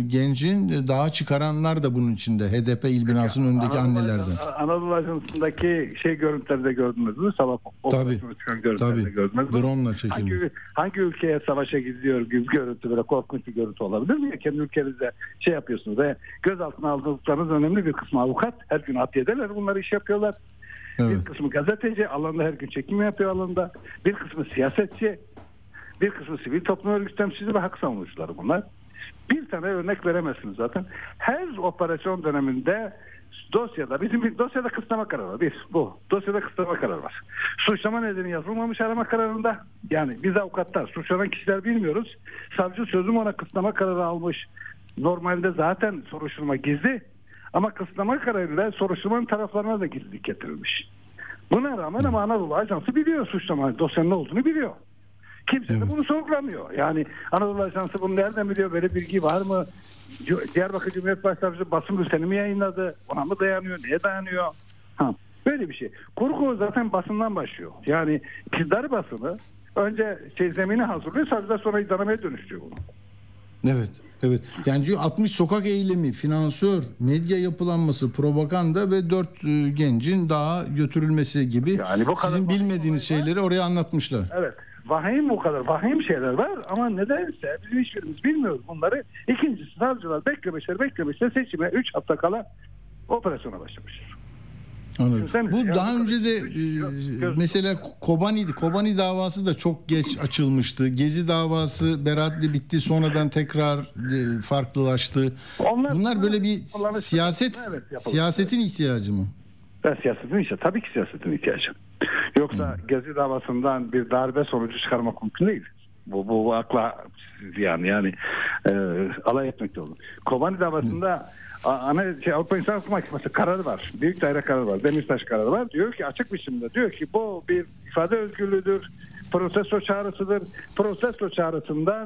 gencin dağa çıkaranlar da bunun içinde. H D P il binasının önündeki Anadolu annelerden. Ajans- Anadolu Ajansı'ndaki şey görüntüleri de gördünüz mü? Sabah Tabii. çıkan görüntüleri de Tabii. gördünüz mü? Drone'la çekildi. Hangi, hangi ülkeye savaşa gidiyor gibi görüntü, böyle korkunç bir görüntü olabilir mi? Kendi ülkenizde şey yapıyorsunuz ve gözaltına aldıklarınız önemli bir kısmı avukat. Her gün adliyedeler, bunları iş yapıyorlar. Evet. Bir kısmı gazeteci, alanda her gün çekim yapıyor alanda. Bir kısmı siyasetçi, bir kısmı sivil toplum örgütü temsilcisi ve hak savunucuları bunlar. Bir tane örnek veremezsiniz zaten. Her operasyon döneminde dosyada, bizim bir dosyada kısıtlama kararı var. Bir, bu. Dosyada kısıtlama kararı var. Suçlama nedeni yazılmamış arama kararında. Yani biz avukatlar, suçlanan kişiler bilmiyoruz. Savcı sözüm ona kısıtlama kararı almış. Normalde zaten soruşturma gizli. Ama kısıtlama kararıyla soruşturmanın taraflarına da gizlilik getirilmiş. Buna rağmen ama Anadolu Ajansı biliyor suçlama dosyanın ne olduğunu biliyor. Kimse Evet. de bunu sorgulamıyor. Yani Anadolu Ajansı bunu nereden biliyor? Böyle bilgi var mı? Diyarbakır Cumhuriyet Başsavcısı basın bülteni mi yayınladı? Ona mı dayanıyor? Neye dayanıyor? Ha, böyle bir şey. Kurgu zaten basından başlıyor. Yani iktidar basını önce şey, zemini hazırlıyor, savcılar sonra iddianameye dönüştürüyor bunu. Evet. Evet. Yani diyor altmış sokak eylemi, finansör, medya yapılanması, propaganda ve dört e, gencin daha götürülmesi gibi Yani bu kadar sizin vahim bilmediğiniz olay var. şeyleri oraya anlatmışlar. Evet. Vahim bu kadar. Vahim şeyler var ama nedense bizim hiçbirimiz bilmiyoruz bunları. İkincisi savcılar beklemişler beklemişler seçime üç hafta kala operasyona başlamışlar. Anladım. Düşünsene, Bu ya daha bu önce de kadar- e, Göz- mesela Kobani Kobani davası da çok geç açılmıştı. Gezi davası beraatli bitti, sonradan tekrar e, farklılaştı. Onlar- Bunlar böyle bir Onların- siyaset Evet, yapıldı. siyasetin ihtiyacı mı? Ben siyasetin işte tabii ki siyasetin ihtiyacı. Yoksa Hmm. Gezi davasından bir darbe sonucu çıkarmak mümkün değil. Bu, bu, bu akla yani yani e, alay etmekte olur. Kobani davasında a- ana şey, Avrupa İnsan Hakları Mahkemesi kararı var. Büyük daire kararı var. Demirtaş kararı var. Diyor ki açık biçimde diyor ki bu bir ifade özgürlüğüdür. Protesto çağrısıdır. Protesto çağrısından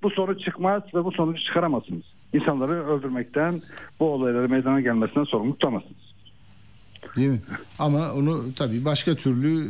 bu sonuç çıkmaz ve bu sonucu çıkaramazsınız. İnsanları öldürmekten, bu olaylara meydana gelmesinden sorumlu tutamazsınız. Değil mi? Ama onu tabii başka türlü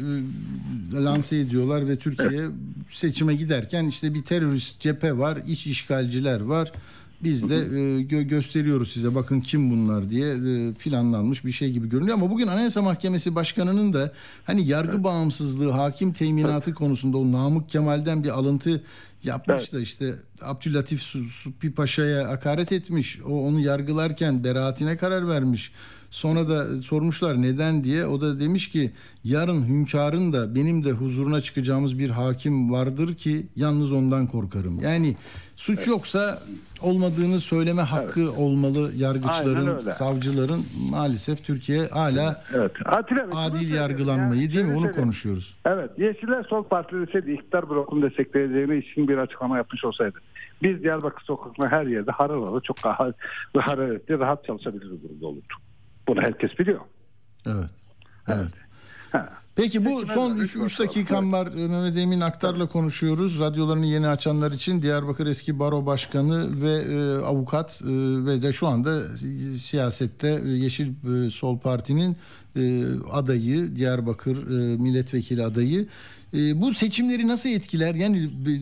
e, lanse ediyorlar ve Türkiye evet. seçime giderken işte bir terörist cephe var, iç işgalciler var. Biz de e, gö- gösteriyoruz size bakın kim bunlar diye e, planlanmış bir şey gibi görünüyor. Ama bugün Anayasa Mahkemesi Başkanı'nın da hani yargı evet. bağımsızlığı, hakim teminatı evet. konusunda o Namık Kemal'den bir alıntı yapmış evet. da işte Abdülatif Suppi Paşa'ya hakaret etmiş. O onu yargılarken beraatine karar vermiş. Sonra da sormuşlar neden diye. O da demiş ki yarın hünkârın da benim de huzuruna çıkacağımız bir hakim vardır ki yalnız ondan korkarım. Yani suç evet. yoksa olmadığını söyleme hakkı evet. olmalı yargıçların, savcıların. Maalesef Türkiye hala evet. Evet. adil yargılanmayı yani, değil mi? Onu konuşuyoruz. Evet. Yeşiller Sol Parti deseydi iktidar blokunu destekleyeceğine için bir açıklama yapmış olsaydı. Biz Diyarbakır sokaklarında her yerde harıl harıl çok daha hararetli rahat çalışabilir durumda olurduk. Bunu herkes biliyor. Evet. Evet. evet. Peki bu Peki, son üç dakikam var. Mehmet Emin Aktar'la konuşuyoruz. Radyolarını yeni açanlar için Diyarbakır eski baro başkanı ve e, avukat e, ve de şu anda siyasette e, Yeşil e, Sol Parti'nin e, adayı, Diyarbakır e, milletvekili adayı. E, bu seçimleri nasıl etkiler? Yani e,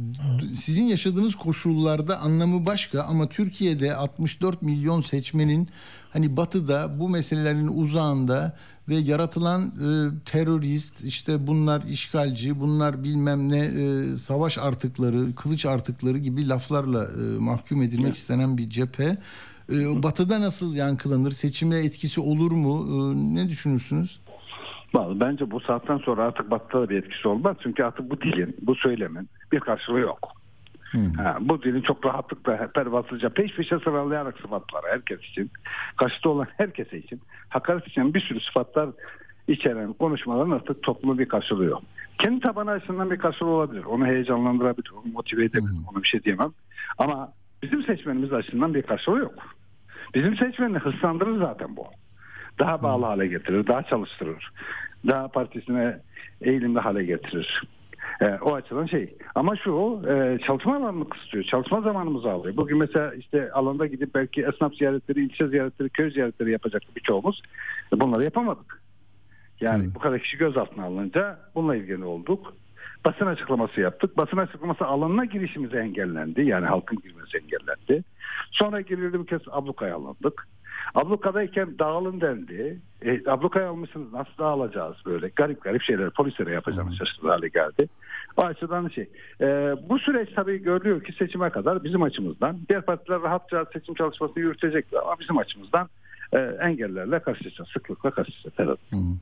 sizin yaşadığınız koşullarda anlamı başka ama Türkiye'de altmış dört milyon seçmenin hani batıda bu meselelerin uzağında ve yaratılan e, terörist, işte bunlar işgalci, bunlar bilmem ne e, savaş artıkları, kılıç artıkları gibi laflarla e, mahkum edilmek evet. istenen bir cephe. E, batıda nasıl yankılanır? Seçime etkisi olur mu? E, ne düşünürsünüz? Bence bu saatten sonra artık batıda da bir etkisi olmaz. Çünkü artık bu dilin, bu söylemin bir karşılığı yok. Hmm. Ha, bu dilin çok rahatlıkla pervasızca peş peşe sıralayarak sıfatlar herkes için, karşıtı olan herkese için, hakaret için bir sürü sıfatlar içeren konuşmaların artık topluma bir karşılığı yok. Kendi tabanı açısından bir karşılığı olabilir. Onu heyecanlandırabilir, onu motive edebilir. Hmm. Ona bir şey diyemem. Ama bizim seçmenimiz açısından bir karşılığı yok. Bizim seçmenini hırslandırır zaten bu. Daha bağlı hale getirir, daha çalıştırır. Daha partisine eğilimli hale getirir. E, o açıdan şey. Ama şu e, çalışma alanını kısıtıyor. Çalışma zamanımızı alıyor. Bugün mesela işte alanda gidip belki esnaf ziyaretleri, ilçe ziyaretleri, köy ziyaretleri yapacaktı birçoğumuz. E, bunları yapamadık. Yani hmm. bu kadar kişi gözaltına alınca bununla ilgili olduk. Basın açıklaması yaptık. Basın açıklaması alanına girişimiz engellendi. Yani halkın girmesi engellendi. Sonra girildi bir kez ablukaya alındık. Ablukadayken dağılın dendi. E, ablukaya almışsınız nasıl dağılacağız böyle garip garip şeyler polislere yapacağımız şaşırtıcı hale geldi. O açıdan şey. E, bu süreç tabii görülüyor ki seçime kadar bizim açımızdan diğer partiler rahatça seçim çalışmasını yürütecekler ama bizim açımızdan e, engellerle karşılaşacağız. Sıklıkla karşılaşacağız. Evet.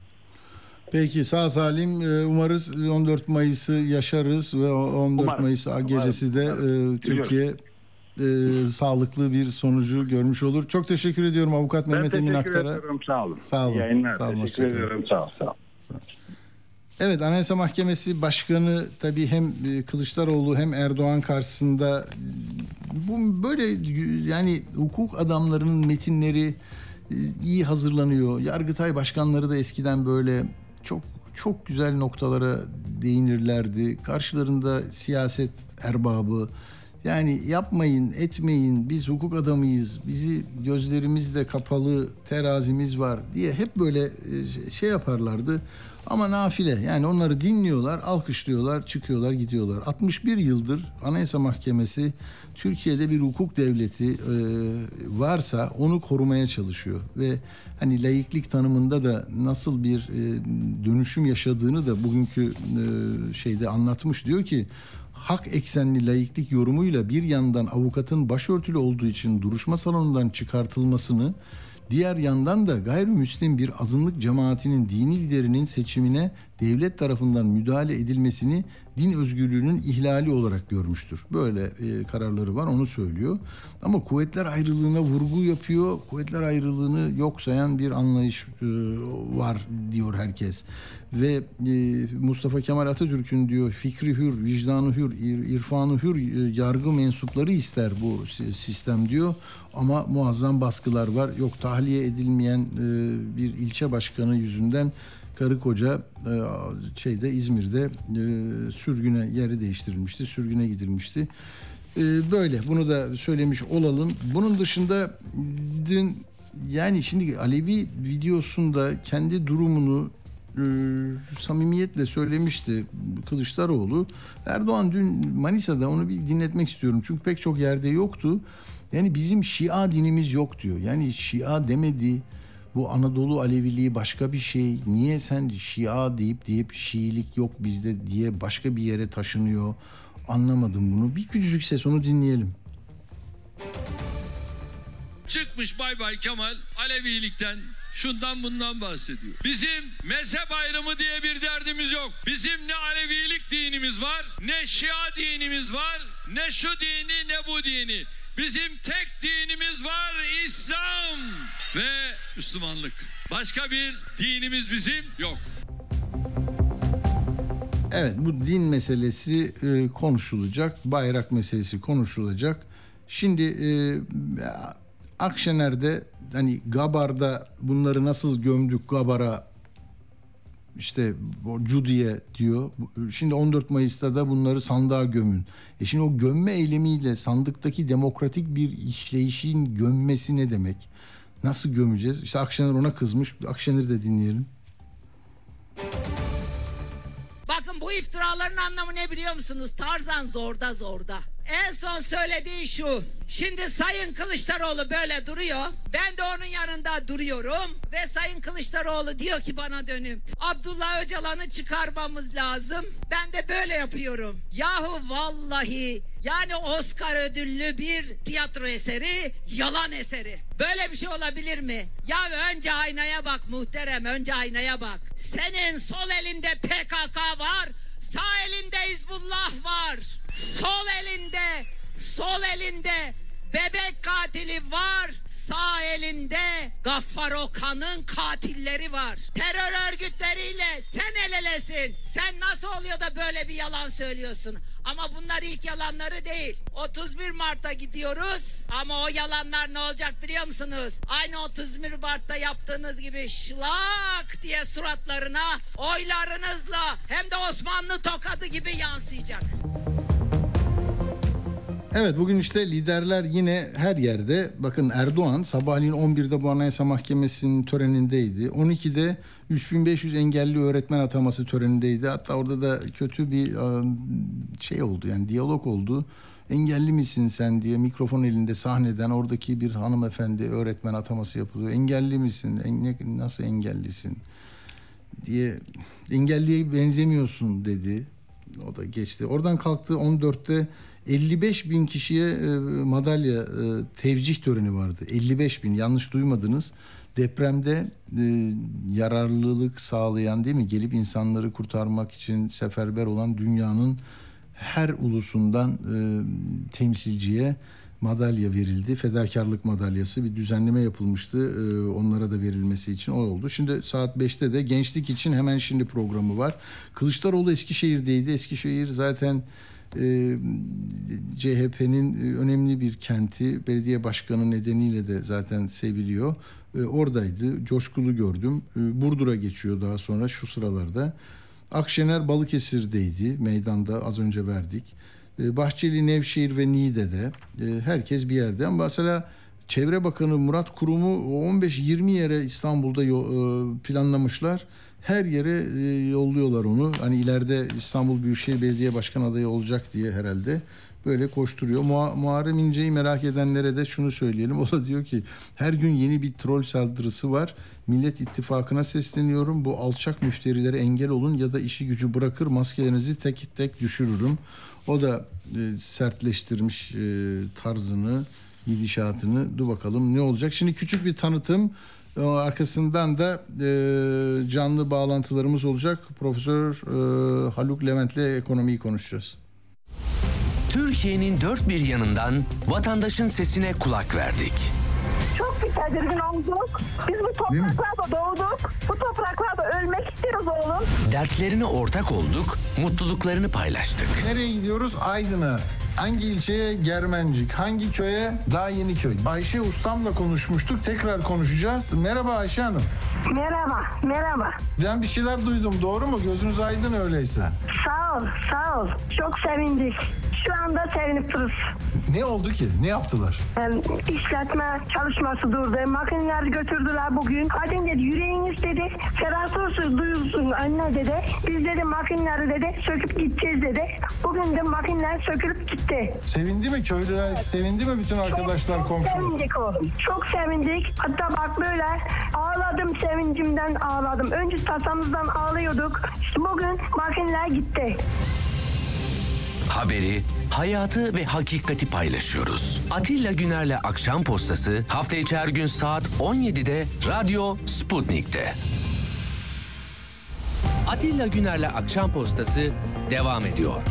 Peki sağ salim umarız on dört Mayıs'ı yaşarız ve on dört umarım. Mayıs gecesi de e, Türkiye e, sağlıklı bir sonucu görmüş olur. Çok teşekkür ediyorum avukat ben Mehmet Emin Aktar'a. Ben teşekkür ederim. Sağ olun. Sağ olun. Yayınlar. Sağ olun. Teşekkür ediyorum. Sağ olun. Sağ olun. Evet, Anayasa Mahkemesi Başkanı tabii hem Kılıçdaroğlu hem Erdoğan karşısında bu böyle yani hukuk adamlarının metinleri iyi hazırlanıyor. Yargıtay başkanları da eskiden böyle çok çok güzel noktalara değinirlerdi. Karşılarında siyaset erbabı. Yani yapmayın, etmeyin, biz hukuk adamıyız, bizi gözlerimizle kapalı terazimiz var diye hep böyle şey yaparlardı. Ama nafile, yani onları dinliyorlar, alkışlıyorlar, çıkıyorlar, gidiyorlar. altmış bir yıldır Anayasa Mahkemesi Türkiye'de bir hukuk devleti e, varsa onu korumaya çalışıyor. Ve hani laiklik tanımında da nasıl bir e, dönüşüm yaşadığını da bugünkü e, şeyde anlatmış. Diyor ki, hak eksenli laiklik yorumuyla bir yandan avukatın başörtülü olduğu için duruşma salonundan çıkartılmasını, diğer yandan da gayrimüslim bir azınlık cemaatinin dini liderinin seçimine devlet tarafından müdahale edilmesini din özgürlüğünün ihlali olarak görmüştür. Böyle e, kararları var, onu söylüyor. Ama kuvvetler ayrılığına vurgu yapıyor. Kuvvetler ayrılığını yok sayan bir anlayış e, var diyor herkes. Ve e, Mustafa Kemal Atatürk'ün diyor fikri hür, vicdanı hür, irfanı hür e, yargı mensupları ister bu sistem diyor. Ama muazzam baskılar var. Yok tahliye edilmeyen e, bir ilçe başkanı yüzünden karı koca e, şeyde İzmir'de e, sürgüne yeri değiştirilmişti. Sürgüne gidilmişti. Ee, böyle bunu da söylemiş olalım. Bunun dışında dün yani şimdi Alevi videosunda kendi durumunu e, samimiyetle söylemişti Kılıçdaroğlu. Erdoğan dün Manisa'da, onu bir dinletmek istiyorum. Çünkü pek çok yerde yoktu. Yani bizim Şia dinimiz yok diyor. Yani Şia demedi. Bu Anadolu Aleviliği başka bir şey. Niye sen Şia deyip deyip Şiilik yok bizde diye başka bir yere taşınıyor. Anlamadım bunu. Bir küçücük ses, onu dinleyelim. Çıkmış Bay Bay Kemal Alevilikten, şundan bundan bahsediyor. Bizim mezhep ayrımı diye bir derdimiz yok. Bizim ne Alevilik dinimiz var, ne Şia dinimiz var, ne şu dini ne bu dini. Bizim tek dinimiz var, İslam ve Müslümanlık. Başka bir dinimiz bizim yok. Evet, bu din meselesi e, konuşulacak, bayrak meselesi konuşulacak. Şimdi e, Akşener'de hani Gabar'da bunları nasıl gömdük Gabar'a, işte o Cudi'ye diyor. Şimdi on dört Mayıs'ta da bunları sandığa gömün. E şimdi o gömme eylemiyle sandıktaki demokratik bir işleyişin gömmesi ne demek? Nasıl gömeceğiz? İşte Akşener ona kızmış. Akşener'i de dinleyelim. Bakın, bu iftiraların anlamı ne biliyor musunuz? Tarzan zorda zorda. En son söylediği şu: şimdi Sayın Kılıçdaroğlu böyle duruyor, ben de onun yanında duruyorum ve Sayın Kılıçdaroğlu diyor ki bana dönüp Abdullah Öcalan'ı çıkarmamız lazım, ben de böyle yapıyorum. Yahu vallahi yani Oscar ödüllü bir tiyatro eseri, yalan eseri. Böyle bir şey olabilir mi? Ya önce aynaya bak muhterem, önce aynaya bak. Senin sol elinde P K K var, sağ elinde Hizbullah var. Sol elinde, sol elinde bebek katili var. Sağ elinde Gaffar Okan'ın katilleri var. Terör örgütleriyle sen el elesin. Sen nasıl oluyor da böyle bir yalan söylüyorsun? Ama bunlar ilk yalanları değil. otuz bir Mart'a gidiyoruz ama o yalanlar ne olacak biliyor musunuz? Aynı otuz bir Mart'ta yaptığınız gibi şlak diye suratlarına oylarınızla hem de Osmanlı tokadı gibi yansıyacak. Evet, bugün işte liderler yine her yerde. Bakın, Erdoğan sabahleyin on birde bu Anayasa Mahkemesi'nin törenindeydi. on ikide üç bin beş yüz engelli öğretmen ataması törenindeydi. Hatta orada da kötü bir şey oldu, yani diyalog oldu. Engelli misin sen diye mikrofon elinde sahneden oradaki bir hanımefendi öğretmen ataması yapılıyor. Engelli misin? En, nasıl engellisin diye, engelliye benzemiyorsun dedi. O da geçti. Oradan kalktı, on dörtte elli beş bin kişiye e, madalya e, tevcih töreni vardı. elli beş bin, yanlış duymadınız. Depremde e, yararlılık sağlayan, değil mi? Gelip insanları kurtarmak için seferber olan dünyanın her ulusundan e, temsilciye madalya verildi. Fedakarlık madalyası, bir düzenleme yapılmıştı. E, onlara da verilmesi için o oldu. Şimdi saat beşte de gençlik için hemen şimdi programı var. Kılıçdaroğlu Eskişehir'deydi. Eskişehir zaten e, C H P'nin önemli bir kenti. Belediye başkanı nedeniyle de zaten seviliyor. E, oradaydı. Coşkulu gördüm. E, Burdur'a geçiyor daha sonra şu sıralarda. Akşener Balıkesir'deydi. Meydanda az önce verdik. Bahçeli, Nevşehir ve Niğde'de, herkes bir yerde. Ama mesela Çevre Bakanı Murat Kurum'u on beş yirmi yere İstanbul'da planlamışlar. Her yere yolluyorlar onu. Hani ileride İstanbul Büyükşehir Belediye Başkan adayı olacak diye herhalde böyle koşturuyor. Muha- Muharrem İnce'yi merak edenlere de şunu söyleyelim. O da diyor ki her gün yeni bir troll saldırısı var. Millet İttifakı'na sesleniyorum. Bu alçak müfterilere engel olun ya da işi gücü bırakır maskelerinizi tek tek düşürürüm. O da e, sertleştirmiş e, tarzını, gidişatını. Dur bakalım ne olacak. Şimdi küçük bir tanıtım. E, arkasından da e, canlı bağlantılarımız olacak. Profesör e, Haluk Levent'le ekonomiyi konuşacağız. Türkiye'nin dört bir yanından vatandaşın sesine kulak verdik. Çok bir tedirgin olduk. Biz bu topraklarda doğduk. Bu topraklarda ölmek istiyoruz oğlum. Dertlerine ortak olduk, mutluluklarını paylaştık. Nereye gidiyoruz? Aydın'a. Hangi ilçeye? Germencik. Hangi köye? Daha yeni köy. Ayşe Ustam'la konuşmuştuk. Tekrar konuşacağız. Merhaba Ayşe Hanım. Merhaba, merhaba. Ben bir şeyler duydum. Doğru mu? Gözünüz aydın öyleyse. Sağ ol, sağ ol. Çok sevindik. şu anda sevinip dururuz. Ne oldu ki? Ne yaptılar? Yani işletme çalışması durdu. Makineleri götürdüler bugün. Hadi dedi yüreğiniz dedi. Ferah olsun duyulsun anne dedi. Biz dedi makineleri dedi söküp gideceğiz dedi. Bugün de makineler sökülüp gitti. Sevindi mi köylüler? Sevindi mi bütün arkadaşlar, çok, çok komşular? sevindik oğlum. Çok sevindik. Hatta bak böyle ağladım, sevincimden ağladım. Önce tasamızdan ağlıyorduk. İşte bugün makineler gitti. Haberi, hayatı ve hakikati paylaşıyoruz. Atilla Güner'le Akşam Postası hafta içi her gün saat on yedide Radyo Sputnik'te. Atilla Güner'le Akşam Postası devam ediyor.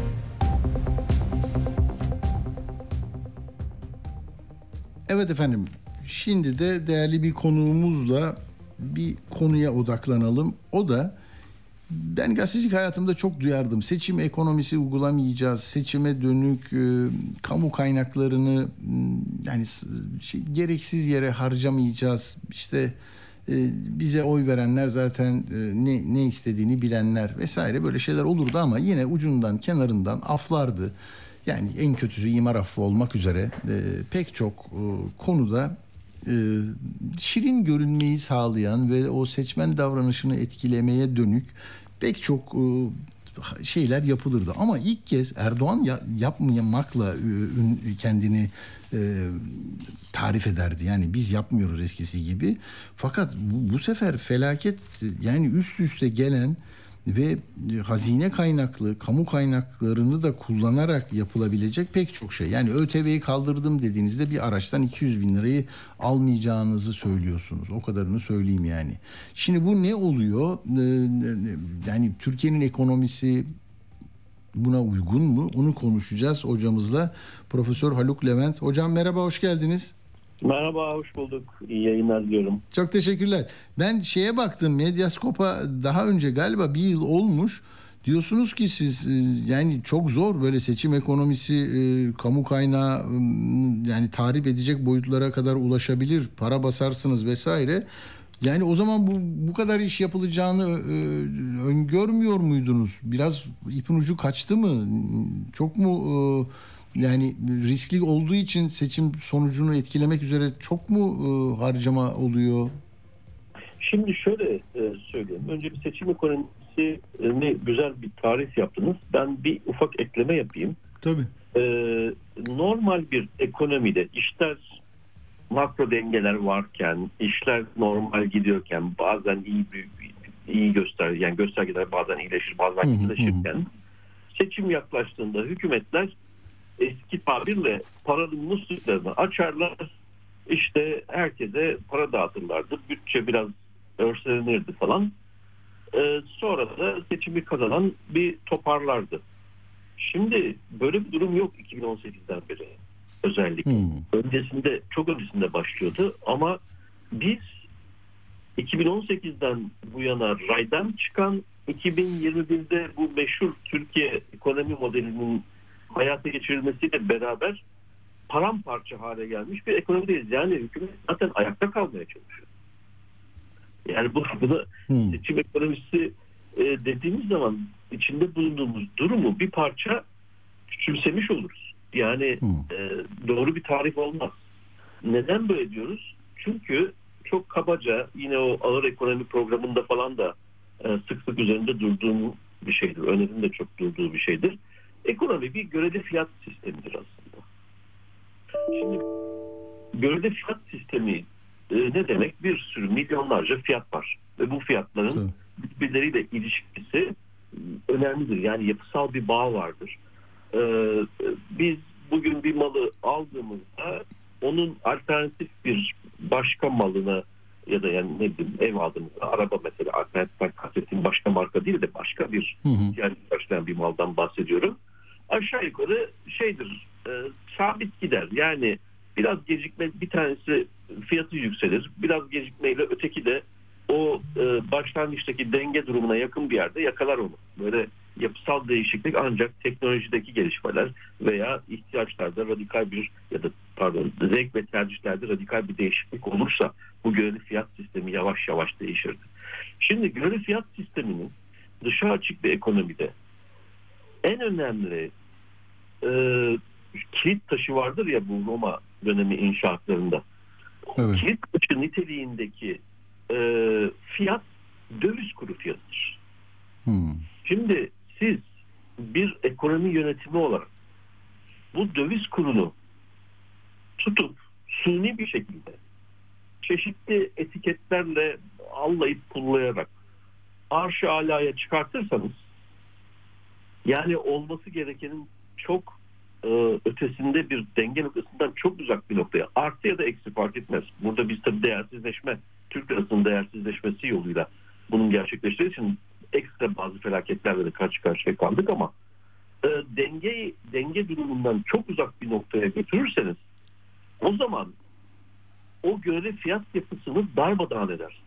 Evet efendim. Şimdi de değerli bir konuğumuzla bir konuya odaklanalım. O da ben gazetecilik hayatımda çok duyardım. Seçim ekonomisi uygulamayacağız. Seçime dönük e, kamu kaynaklarını m, yani şey, gereksiz yere harcamayacağız. İşte e, bize oy verenler zaten e, ne ne istediğini bilenler vesaire böyle şeyler olurdu ama yine ucundan kenarından aflardı. Yani en kötüsü imar affı olmak üzere e, pek çok e, konuda e, şirin görünmeyi sağlayan ve o seçmen davranışını etkilemeye dönük pek çok e, şeyler yapılırdı. Ama ilk kez Erdoğan ya, yapmamakla e, kendini e, tarif ederdi. Yani biz yapmıyoruz eskisi gibi. Fakat bu, bu sefer felaket yani üst üste gelen ve hazine kaynaklı, kamu kaynaklarını da kullanarak yapılabilecek pek çok şey. Yani ÖTV'yi kaldırdım dediğinizde bir araçtan iki yüz bin lirayı almayacağınızı söylüyorsunuz. O kadarını söyleyeyim yani. Şimdi bu ne oluyor? Yani Türkiye'nin ekonomisi buna uygun mu? Onu konuşacağız hocamızla. Profesör Haluk Levent. Hocam merhaba, hoş geldiniz. Merhaba, hoş bulduk. İyi yayınlar diliyorum. Çok teşekkürler. Ben şeye baktım, Medyaskop'a daha önce galiba bir yıl olmuş. Diyorsunuz ki siz yani çok zor böyle seçim ekonomisi, kamu kaynağı yani tahrip edecek boyutlara kadar ulaşabilir. Para basarsınız vesaire. Yani o zaman bu bu kadar iş yapılacağını öngörmüyor muydunuz? Biraz ipin ucu kaçtı mı? Çok mu yani riskli olduğu için seçim sonucunu etkilemek üzere çok mu e, harcama oluyor? Şimdi şöyle e, söyleyeyim. Önce bir seçim ekonomisi e, ne güzel bir tarif yaptınız. Ben bir ufak ekleme yapayım. Tabii. E, normal bir ekonomide işler makro dengeler varken, işler normal gidiyorken, bazen iyi iyi göster yani göstergeler bazen iyileşir, bazen iyileşirken seçim yaklaştığında hükümetler eski tabirle paranın musluklarını açarlar, işte herkese para dağıtırlardı, bütçe biraz örselenirdi falan. Ee, sonra da seçimi kazanan bir toparlardı. Şimdi böyle bir durum yok iki bin on sekizden beri özellikle. Hmm. Öncesinde, çok öncesinde başlıyordu ama biz iki bin on sekizden bu yana raydan çıkan, iki bin yirmi birde bu meşhur Türkiye ekonomi modelinin hayata geçirilmesiyle beraber paramparça hale gelmiş bir ekonomideyiz. Yani hükümet zaten ayakta kalmaya çalışıyor. Yani bu, bunu hmm. seçim ekonomisi e, dediğimiz zaman içinde bulunduğumuz durumu bir parça küçümsemiş oluruz. Yani hmm. e, doğru bir tarif olmaz. Neden böyle diyoruz? Çünkü çok kabaca yine o ağır ekonomi programında falan da e, sık sık üzerinde durduğum bir şeydir. Öner'in de çok durduğu bir şeydir. Ekonomi bir göreli fiyat sistemidir aslında. Şimdi göreli fiyat sistemi e, ne demek? Bir sürü milyonlarca fiyat var. Ve bu fiyatların birbirleriyle ilişkisi önemlidir. Yani yapısal bir bağ vardır. E, biz bugün bir malı aldığımızda onun alternatif bir başka malına ya da yani ne bileyim ev aldığımızda, araba mesela, alternatiften kastettiğim başka marka değil de başka bir yani karşılayan bir maldan bahsediyorum. Aşağı yukarı şeydir, e, sabit gider. Yani biraz gecikme, bir tanesi fiyatı yükselir. Biraz gecikmeyle öteki de o e, başlangıçtaki denge durumuna yakın bir yerde yakalar onu. Böyle yapısal değişiklik ancak teknolojideki gelişmeler veya ihtiyaçlarda radikal bir ya da pardon zevk ve tercihlerde radikal bir değişiklik olursa bu göreli fiyat sistemi yavaş yavaş değişirdi. Şimdi göreli fiyat sisteminin dışa açık bir ekonomide en önemli e, kilit taşı vardır ya bu Roma dönemi inşaatlarında. Evet. Kilit taşı niteliğindeki e, fiyat döviz kuru fiyatıdır. Hmm. Şimdi siz bir ekonomi yönetimi olarak bu döviz kurunu tutup suni bir şekilde çeşitli etiketlerle allayıp pullayarak arş-ı alaya çıkartırsanız, yani olması gerekenin çok e, ötesinde bir denge noktasından çok uzak bir noktaya, artı ya da eksi fark etmez. Burada biz tabii değersizleşme, Türk lirasının değersizleşmesi yoluyla bunun gerçekleştiği için ekstra bazı felaketlerle de karşı karşıya kaldık ama e, denge denge durumundan çok uzak bir noktaya götürürseniz o zaman o göre fiyat yapısını darmadağın eder.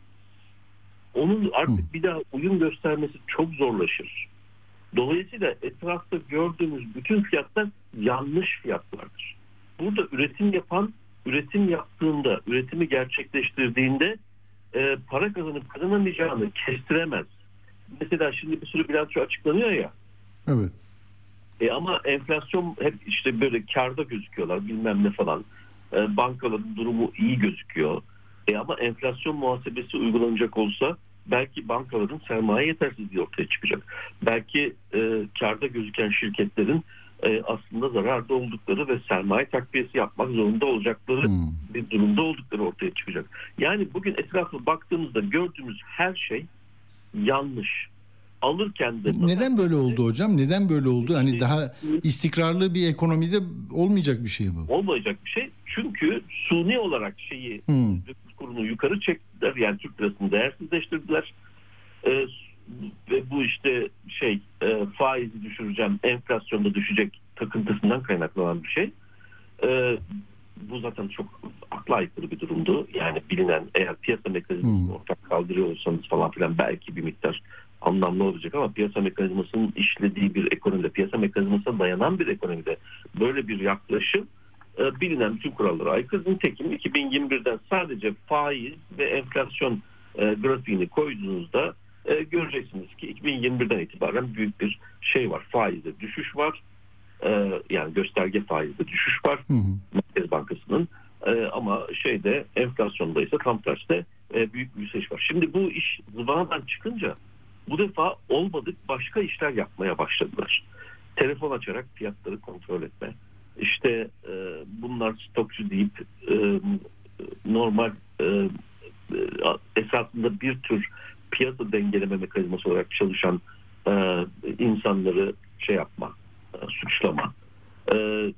Onun artık bir daha uyum göstermesi çok zorlaşır. Dolayısıyla etrafta gördüğümüz bütün fiyatlar yanlış fiyatlardır. Burada üretim yapan, üretim yaptığında, üretimi gerçekleştirdiğinde e, para kazanıp kazanamayacağını kestiremez. Mesela şimdi bir sürü bilanço açıklanıyor ya. Evet. E ama enflasyon hep işte böyle kârda gözüküyorlar bilmem ne falan. E, bankaların durumu iyi gözüküyor. E ama enflasyon muhasebesi uygulanacak olsa belki bankaların sermaye yetersizliği ortaya çıkacak. Belki e, kârda gözüken şirketlerin e, aslında zararda oldukları ve sermaye takviyesi yapmak zorunda olacakları hmm. bir durumda oldukları ortaya çıkacak. Yani bugün etrafa baktığımızda gördüğümüz her şey yanlış. Alırken de... Neden böyle oldu hocam? Neden böyle oldu? Hani daha istikrarlı bir ekonomide olmayacak bir şey bu. Olmayacak bir şey. Çünkü suni olarak şeyi hmm. kurunu yukarı çektiler. Yani Türk lirasını değersizleştirdiler. Ee, ve bu işte şey e, faizi düşüreceğim, enflasyonda düşecek takıntısından kaynaklanan bir şey. Ee, bu zaten çok akla aykırı bir durumdu. Yani bilinen, eğer piyasa mekanizmasını hmm. ortak kaldırıyor olsanız falan filan belki bir miktar anlamlı olacak ama piyasa mekanizmasının işlediği bir ekonomide, piyasa mekanizmasına dayanan bir ekonomide böyle bir yaklaşım e, bilinen bütün kurallara aykırı. Nitekim iki bin yirmi birden sadece faiz ve enflasyon e, grafiğini koyduğunuzda e, göreceksiniz ki iki bin yirmi birden itibaren büyük bir şey var. Faizde düşüş var. E, yani gösterge faizde düşüş var. Hı hı. Merkez Bankası'nın. E, ama şeyde enflasyonda ise tam tersi e, büyük bir yükseliş var. Şimdi bu iş zıvanadan çıkınca bu defa olmadık başka işler yapmaya başladılar. Telefon açarak fiyatları kontrol etme. İşte e, bunlar stokçu deyip e, normal e, esasında bir tür piyasa dengeleme mekanizması olarak çalışan e, insanları şey yapma, e, suçlama. E,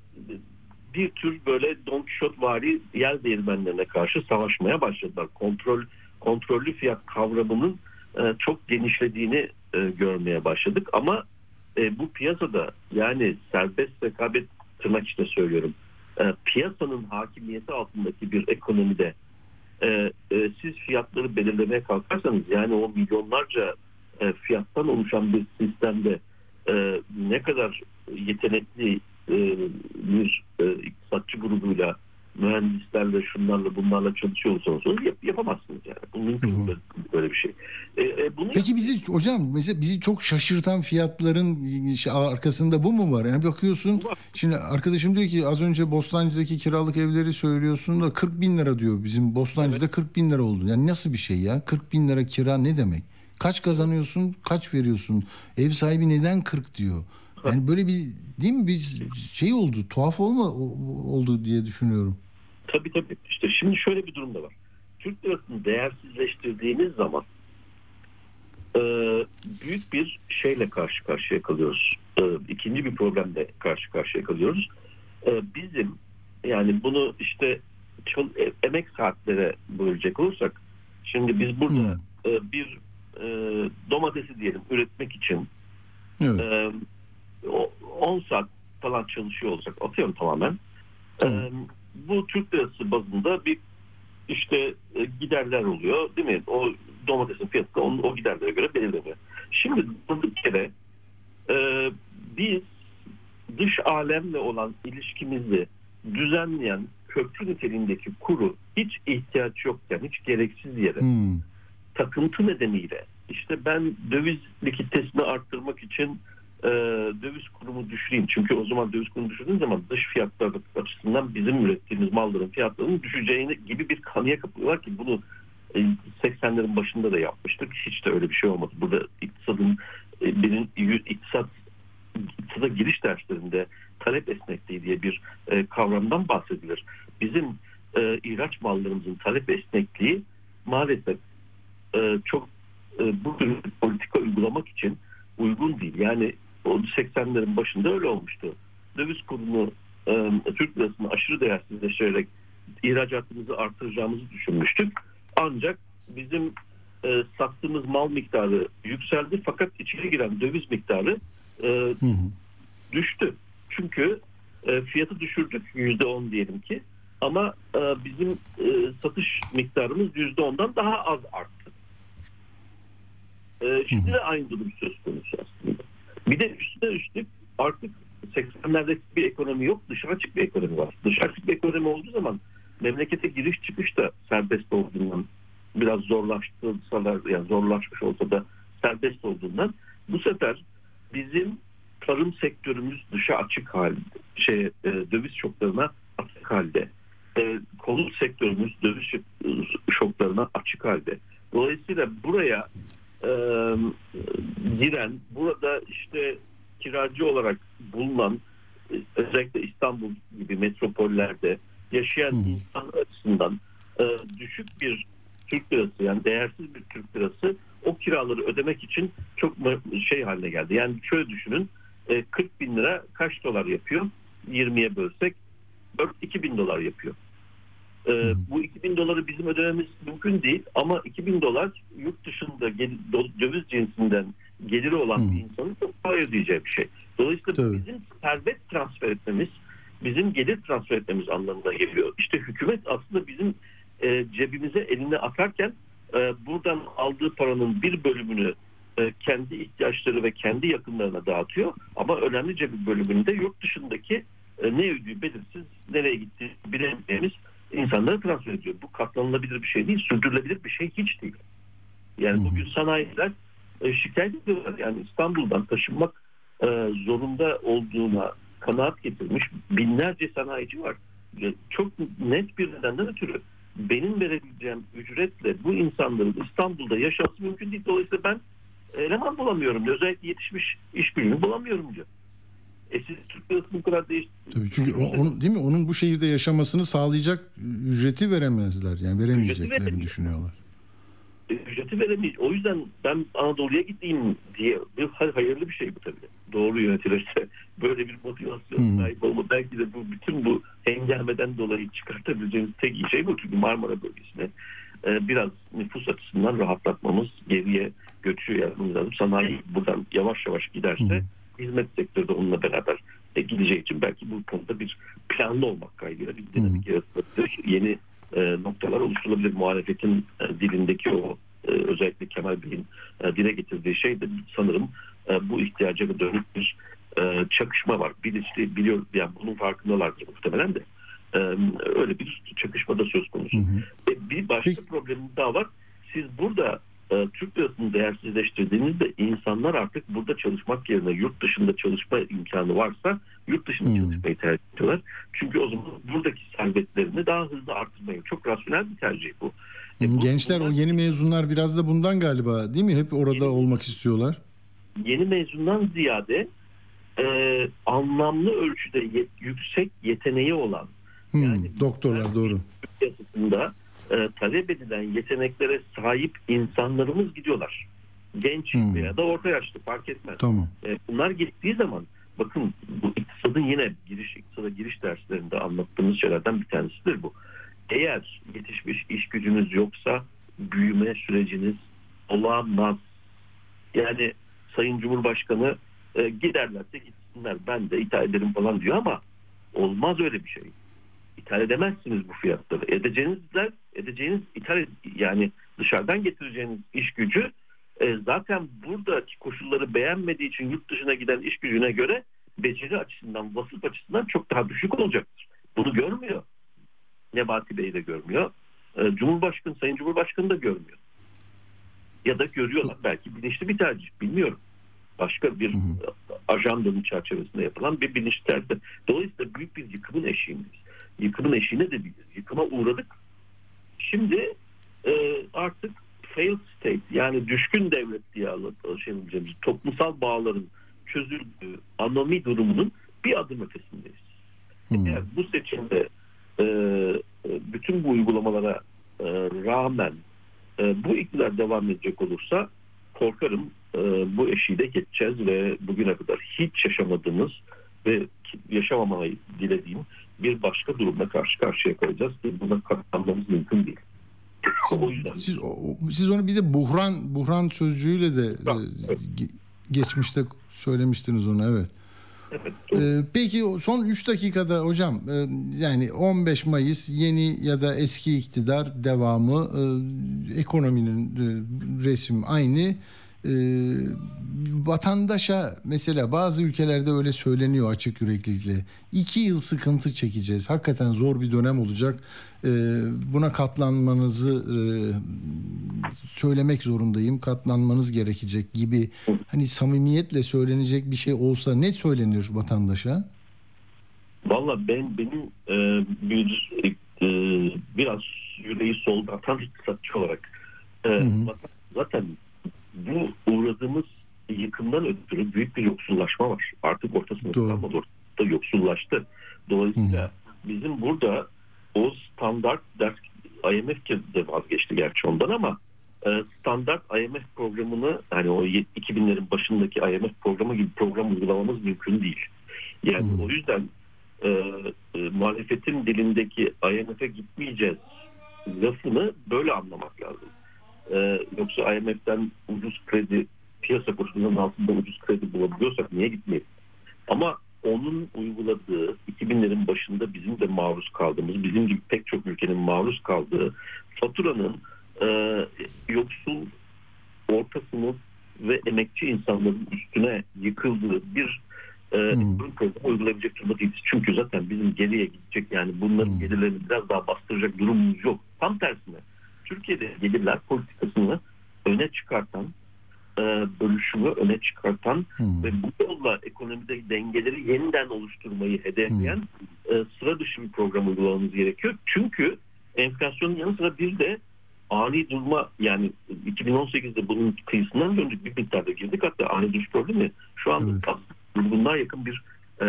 bir tür böyle Don Kişotvari yer değirmenlerine karşı savaşmaya başladılar. Kontrol kontrollü fiyat kavramının çok genişlediğini e, görmeye başladık ama e, bu piyasada yani serbest rekabet tırnak içinde söylüyorum e, piyasanın hakimiyeti altındaki bir ekonomide e, e, siz fiyatları belirlemeye kalkarsanız yani o milyonlarca e, fiyattan oluşan bir sistemde e, ne kadar yetenekli e, bir e, iktisatçı grubuyla mühendislerle şunlarla bunlarla çalışıyor olsanız yap, yapamazsınız yani. Bu mümkün böyle, böyle bir şey. E, e, bunu Peki bizi hocam mesela bizi çok şaşırtan fiyatların arkasında bu mu var? Yani bakıyorsun şimdi arkadaşım diyor ki az önce Bostancı'daki kiralık evleri söylüyorsun da kırk bin lira diyor. Bizim Bostancı'da evet. kırk bin lira oldu. Yani nasıl bir şey ya? kırk bin lira kira ne demek? Kaç kazanıyorsun? Kaç veriyorsun? Ev sahibi neden kırk diyor? Yani böyle bir değil mi bir şey oldu, tuhaf olma oldu diye düşünüyorum. Tabii tabii. İşte şimdi şöyle bir durum da var. Türk lirasını değersizleştirdiğimiz zaman e, büyük bir şeyle karşı karşıya kalıyoruz. E, ikinci bir problemle karşı karşıya kalıyoruz. E, bizim yani bunu işte çal, e, emek saatlere bölecek olursak şimdi biz burada hmm. e, bir e, domatesi diyelim üretmek için evet. e, on saat falan çalışıyor olacak. Atıyorum tamamen. Hmm. E, bu Türk lirası bazında bir işte e, giderler oluyor değil mi? O domatesin fiyatı da o giderlere göre belirleniyor. Şimdi bu kere e, biz dış alemle olan ilişkimizi düzenleyen köprü niteliğindeki kuru hiç ihtiyaç yokken, hiç gereksiz yere hmm. takıntı nedeniyle işte ben döviz likiditesini arttırmak için e, döviz kurumu düşüreyim. Çünkü o zaman döviz kurumu düşürdüğün zaman dış fiyatlar açısından bizim ürettiğimiz malların fiyatlarının düşeceğini gibi bir kanıya kapılıyorlar ki bunu e, seksenlerin başında da yapmıştık. Hiç de öyle bir şey olmadı. Burada iktisadın e, benim iktisat iktisada giriş derslerinde talep esnekliği diye bir e, kavramdan bahsedilir. Bizim e, ihraç mallarımızın talep esnekliği maalesef e, çok e, bu tür politika uygulamak için uygun değil. Yani o seksenlerin başında öyle olmuştu. Döviz kurunu e, Türk lirasını aşırı değersizleştirerek ihracatımızı artıracağımızı düşünmüştük. Ancak bizim e, sattığımız mal miktarı yükseldi fakat içeri giren döviz miktarı e, hı hı. düştü. Çünkü e, fiyatı düşürdük yüzde on diyelim ki ama e, bizim e, satış miktarımız yüzde ondan daha az arttı. E, şimdi de aynı durum söz konusu aslında. Bir de üstüne üstlük artık seksenlerdeki bir ekonomi yok, dışa açık bir ekonomi var. Dışa açık bir ekonomi olduğu zaman memlekete giriş çıkış da serbest olduğundan biraz zorlaştırsalar yani zorlaşmış olsa da serbest olduğundan bu sefer bizim tarım sektörümüz dışa açık halde, şey e, döviz şoklarına açık halde, e, konut sektörümüz döviz şoklarına açık halde. Dolayısıyla buraya e, giren, burada işte kiracı olarak bulunan, e, özellikle İstanbul gibi metropollerde yaşayan hmm. insan açısından e, düşük bir Türk lirası yani değersiz bir Türk lirası o kiraları ödemek için çok şey haline geldi. Yani şöyle düşünün. kırk bin lira kaç dolar yapıyor? yirmiye bölsek iki bin dolar yapıyor. Ee, hmm. Bu iki bin doları bizim ödememiz mümkün değil ama iki bin dolar yurt dışında gel, döviz cinsinden geliri olan hmm. bir insanın çok kolay ödeyeceği bir şey. Dolayısıyla Tabii. bizim servet transfer etmemiz, bizim gelir transfer etmemiz anlamına geliyor. İşte hükümet aslında bizim e, cebimize elini atarken e, buradan aldığı paranın bir bölümünü kendi ihtiyaçları ve kendi yakınlarına dağıtıyor ama önemlice bir bölümünü de yurt dışındaki ne ödüğü belirsiz, nereye gittiği bilemeyeceğimiz insanlara transfer ediyor. Bu katlanılabilir bir şey değil, sürdürülebilir bir şey hiç değil. Yani bugün sanayiciler şikayet ediyorlar. Yani İstanbul'dan taşınmak zorunda olduğuna kanaat getirmiş binlerce sanayici var. Çok net bir nedenden ötürü benim verebileceğim ücretle bu insanların İstanbul'da yaşaması mümkün değil. Dolayısıyla ben eleman bulamıyorum diyor. Özellikle yetişmiş iş gücünü bulamıyorum diyor. E siz Türk lirasını bu kadar değiştirdiniz. Tabii çünkü o, onun, değil mi? Onun bu şehirde yaşamasını sağlayacak ücreti veremezler. Yani veremeyeceklerini düşünüyorlar. Ücreti veremeyecek. O yüzden ben Anadolu'ya gideyim diye bir hayırlı bir şey bu tabii. Doğru yönetilirse böyle bir motivasyon sahip olma. Belki de bu bütün bu engelmeden dolayı çıkartabileceğimiz tek iyi şey bu. Çünkü Marmara bölgesine e, biraz nüfus açısından rahatlatmamız, geriye göçü yapmamız lazım. Sanayi buradan yavaş yavaş giderse Hı. hizmet sektörü de onunla beraber e, gideceği için belki bu konuda bir planlı olmak kaydıyla bir dinamik yaratılabilir. Yeni e, noktalar oluşturulabilir. Muhalefetin e, dilindeki o e, özellikle Kemal Bey'in e, dile getirdiği şey de sanırım e, bu ihtiyaca dönük bir e, çakışma var. Birisi biliyor, yani bunun farkındalardır muhtemelen de. E, öyle bir çakışma da söz konusu. Hı hı. E, bir başka Peki. problemimiz daha var. Siz burada e, Türk lirasını değersizleştirdiğinizde insanlar artık burada çalışmak yerine yurt dışında çalışma imkanı varsa yurt dışında hmm. çalışmayı tercih ediyorlar. Çünkü o zaman buradaki servetlerini daha hızlı artırmayı, çok rasyonel bir tercih bu. E, bu Gençler bunlar, o yeni mezunlar biraz da bundan galiba değil mi? Hep orada yeni, olmak istiyorlar. Yeni mezundan ziyade e, anlamlı ölçüde yet, yüksek yeteneği olan hmm, yani doktorlar doğru. Piyasasında e, talep edilen yeteneklere sahip insanlarımız gidiyorlar. Genç hmm. veya da orta yaşlı fark etmez. Tamam. E, bunlar gittiği zaman bakın bu iktisadın yine giriş iktisada giriş derslerinde anlattığımız şeylerden bir tanesidir bu. Eğer yetişmiş iş gücünüz yoksa büyüme süreciniz olamaz. Yani Sayın Cumhurbaşkanı e, giderlerse gitsinler ben de ithal ederim falan diyor ama olmaz öyle bir şey. İthal edemezsiniz bu fiyatları. Edeceğinizler, edeceğiniz ithal yani dışarıdan getireceğiniz iş gücü e, zaten buradaki koşulları beğenmediği için yurt dışına giden iş gücüne göre beceri açısından, vasıf açısından çok daha düşük olacaktır. Bunu görmüyor. Nebati Bey de görmüyor. E, Cumhurbaşkanı, Sayın Cumhurbaşkanı da görmüyor. Ya da görüyorlar. Belki bilinçli bir tercih. Bilmiyorum. Başka bir hı hı. ajandanın çerçevesinde yapılan bir bilinçler. Dolayısıyla büyük bir yıkımın eşiğindeyiz. Yıkımın eşiğine de değiliz. Yıkıma uğradık. Şimdi e, artık failed state, yani düşkün devlet diye anlatacağımız toplumsal bağların çözüldüğü anomi durumunun bir adım ötesindeyiz. Hmm. Eğer bu seçimde e, bütün bu uygulamalara e, rağmen e, bu iktidar devam edecek olursa korkarım e, bu eşiği de geçeceğiz ve bugüne kadar hiç yaşamadığımız ve yaşamamayı dilediğim bir başka durumla karşı karşıya kalacağız. Buna katlanmamız mümkün değil. O yüzden. Siz, o, siz onu bir de buhran buhran sözcüğüyle de evet. e, geçmişte söylemiştiniz onu, evet. Evet, ee, peki son üç dakikada hocam, e, yani on beş Mayıs yeni ya da eski iktidar devamı, e, ekonominin e, resim aynı. E, vatandaşa mesela bazı ülkelerde öyle söyleniyor açık yüreklilikle. İki yıl sıkıntı çekeceğiz. Hakikaten zor bir dönem olacak. E, buna katlanmanızı e, söylemek zorundayım. Katlanmanız gerekecek gibi, hani samimiyetle söylenecek bir şey olsa ne söylenir vatandaşa? Vallahi ben benim e, bir e, biraz yüreği soldatan iktisatçı olarak e, hı hı. zaten bu uğradığımız yıkımdan ötürü büyük bir yoksullaşma var. Artık orta sınıf kalmadı, ortada yoksullaştı. Dolayısıyla hı. bizim burada o standart ders, I M F de vazgeçti gerçi ondan ama e, standart I M F programını, hani o iki binlerin başındaki I M F programı gibi program uygulamamız mümkün değil. Yani hmm. o yüzden e, e, muhalefetin dilindeki I M F'e gitmeyeceğiz lafını böyle anlamak lazım. E, yoksa I M F'den ucuz kredi, piyasa koşullarının altında ucuz kredi bulabiliyorsak niye gitmeyiz? Ama onun uyguladığı iki binlerin başında bizim de maruz kaldığımız, bizim gibi pek çok ülkenin maruz kaldığı faturanın e, yoksul, orta sınıf ve emekçi insanların üstüne yıkıldığı bir e, hmm. programı uygulayabilecek durumda değiliz. Çünkü zaten bizim geriye gidecek, yani bunların hmm. gelirlerini biraz daha bastıracak durumumuz yok. Tam tersine Türkiye'de gelirler politikasını öne çıkartan, bölüşümü öne çıkartan hmm. ve bu yolla ekonomide dengeleri yeniden oluşturmayı hedefleyen hmm. sıra dışı bir program uygulamamız gerekiyor. Çünkü enflasyonun yanı sıra bir de ani durma, yani iki bin on sekizde bunun kıyısından döndük, bir miktarda girdik, hatta ani duruş problemi şu anda hmm. tam durgunluğa yakın bir e,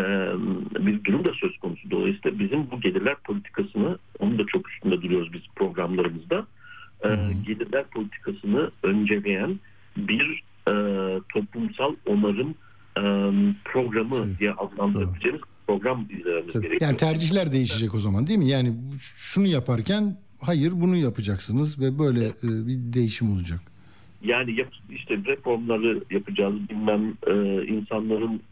bir durum da söz konusu. Dolayısıyla bizim bu gelirler politikasını, onu da çok üstünde duruyoruz biz programlarımızda, e, hmm. gelirler politikasını önceleyen bir e, toplumsal onarım e, programı diye adlandırabileceğimiz program izlememiz gerekiyor. Yani tercihler değişecek o zaman, değil mi? Yani şunu yaparken hayır bunu yapacaksınız ve böyle evet. e, bir değişim olacak. Yani yap, işte reformları yapacağız, bilmem e, insanların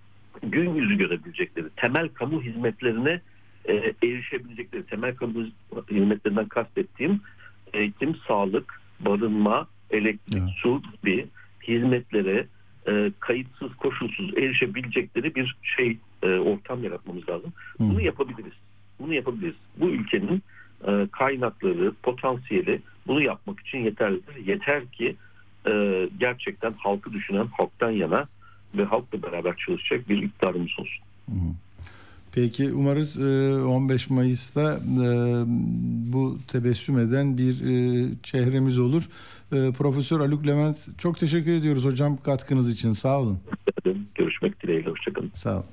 gün yüzü görebilecekleri, temel kamu hizmetlerine e, erişebilecekleri, temel kamu hizmetlerinden kastettiğim eğitim, sağlık, barınma, elektrik, evet. su gibi hizmetlere e, kayıtsız, koşulsuz erişebilecekleri bir şey, e, ortam yaratmamız lazım. Hı. Bunu yapabiliriz. Bunu yapabiliriz. Bu ülkenin e, kaynakları, potansiyeli bunu yapmak için yeterlidir. Yeter ki e, gerçekten halkı düşünen, halktan yana ve halkla beraber çalışacak bir iktidarımız olsun. Hı. Peki umarız on beş Mayıs'ta bu tebessüm eden bir çehremiz olur. Profesör Haluk Levent, çok teşekkür ediyoruz hocam katkınız için. Sağ olun. Görüşmek dileğiyle. Hoşçakalın. Sağ olun.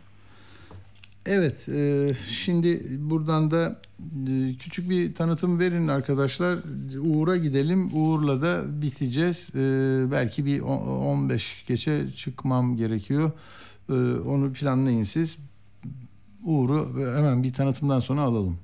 Evet, şimdi buradan da küçük bir tanıtım verin arkadaşlar. Uğur'a gidelim. Uğur'la da biteceğiz. Belki bir on beş geçe çıkmam gerekiyor. Onu planlayın siz. Uğur'u hemen bir tanıtımdan sonra alalım.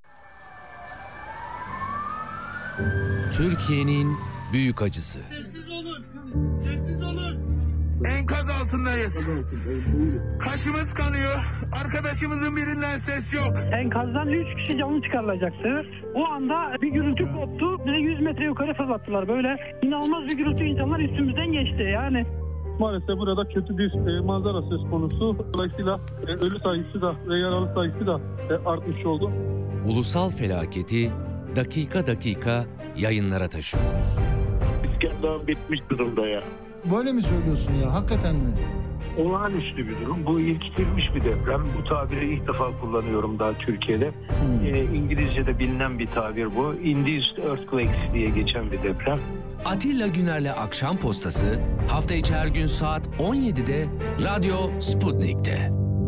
Türkiye'nin büyük acısı. Sessiz olun. Sessiz olun. Enkaz altındayız. Kaşımız kanıyor. Arkadaşımızın birinden ses yok. Enkazdan üç kişi canlı çıkarılacaktı. O anda bir gürültü koptu. Bize yüz metre yukarı fırlattılar. Böyle inanılmaz bir gürültü, insanlar üstümüzden geçti yani. Maalesef burada kötü bir e, manzara söz konusu. Dolayısıyla e, ölü sayısı da ve yaralı sayısı da e, artmış oldu. Ulusal felaketi dakika dakika yayınlara taşıyoruz. İskender bitmiş durumda ya. böyle mi söylüyorsun ya? Hakikaten mi? Olağanüstü bir durum. Bu irkilmiş bir deprem. Bu tabiri ilk defa kullanıyorum daha Türkiye'de. Hmm. Ee, İngilizce'de bilinen bir tabir bu. Induced Earthquakes diye geçen bir deprem. Atilla Güner'le Akşam Postası hafta içi her gün saat on yedide Radyo Sputnik'te.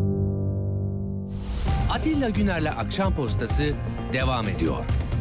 Atilla Güner'le Akşam Postası devam ediyor.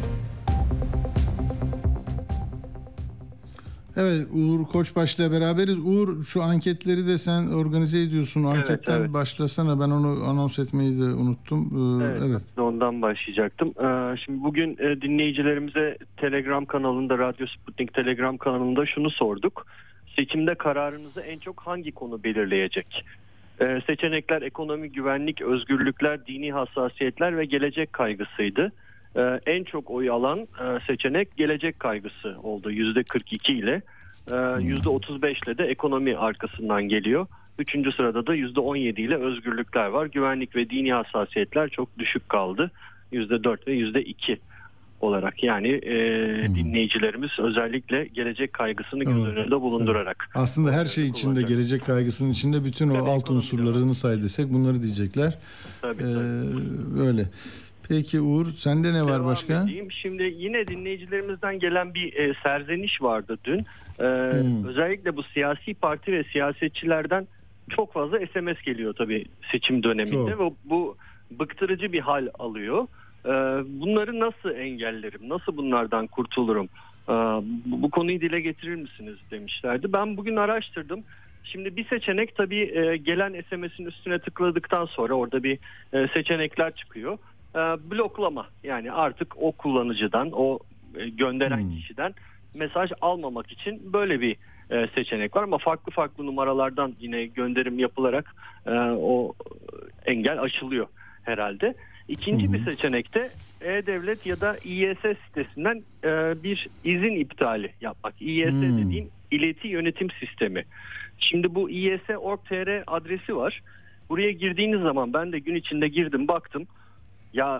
Evet, Uğur Koçbaş'la beraberiz. Uğur, şu anketleri de sen organize ediyorsun. Anketten evet, evet. başlasana. Ben onu anons etmeyi de unuttum. Ee, evet, evet. Ondan başlayacaktım. Ee, şimdi bugün e, dinleyicilerimize Telegram kanalında, Radyo Sputnik Telegram kanalında şunu sorduk. Seçimde kararınızı en çok hangi konu belirleyecek? Ee, seçenekler ekonomi, güvenlik, özgürlükler, dini hassasiyetler ve gelecek kaygısıydı. Ee, en çok oy alan e, seçenek gelecek kaygısı oldu yüzde kırk iki ile. E, yüzde otuz beş ile de ekonomi arkasından geliyor. Üçüncü sırada da yüzde on yedi ile özgürlükler var. Güvenlik ve dini hassasiyetler çok düşük kaldı. yüzde dört ve yüzde iki olarak. Yani e, hmm. dinleyicilerimiz özellikle gelecek kaygısını göz evet. önünde bulundurarak. Evet. Aslında her şey içinde, gelecek kaygısının içinde bütün o evet, alt unsurlarını say desek bunları diyecekler. Tabii, ee, tabii. Böyle. Peki Uğur, sende ne var Devam başka? Edeyim. Şimdi yine dinleyicilerimizden gelen bir e, serzeniş vardı dün. E, hmm. Özellikle bu siyasi parti ve siyasetçilerden çok fazla S M S geliyor tabii seçim döneminde. Çok. Ve bu bıktırıcı bir hal alıyor. E, bunları nasıl engellerim? Nasıl bunlardan kurtulurum? E, bu, bu konuyu dile getirir misiniz demişlerdi. Ben bugün araştırdım. Şimdi bir seçenek tabii e, gelen S M S'in üstüne tıkladıktan sonra orada bir e, seçenekler çıkıyor. Bloklama, yani artık o kullanıcıdan, o gönderen hmm. kişiden mesaj almamak için böyle bir seçenek var ama farklı farklı numaralardan yine gönderim yapılarak o engel aşılıyor herhalde. İkinci hmm. bir seçenekte E-Devlet ya da İ Y S sitesinden bir izin iptali yapmak. İ Y S hmm. dediğim ileti yönetim sistemi. Şimdi bu İ Y S nokta org nokta T R adresi var. Buraya girdiğiniz zaman ben de gün içinde girdim, baktım. Ya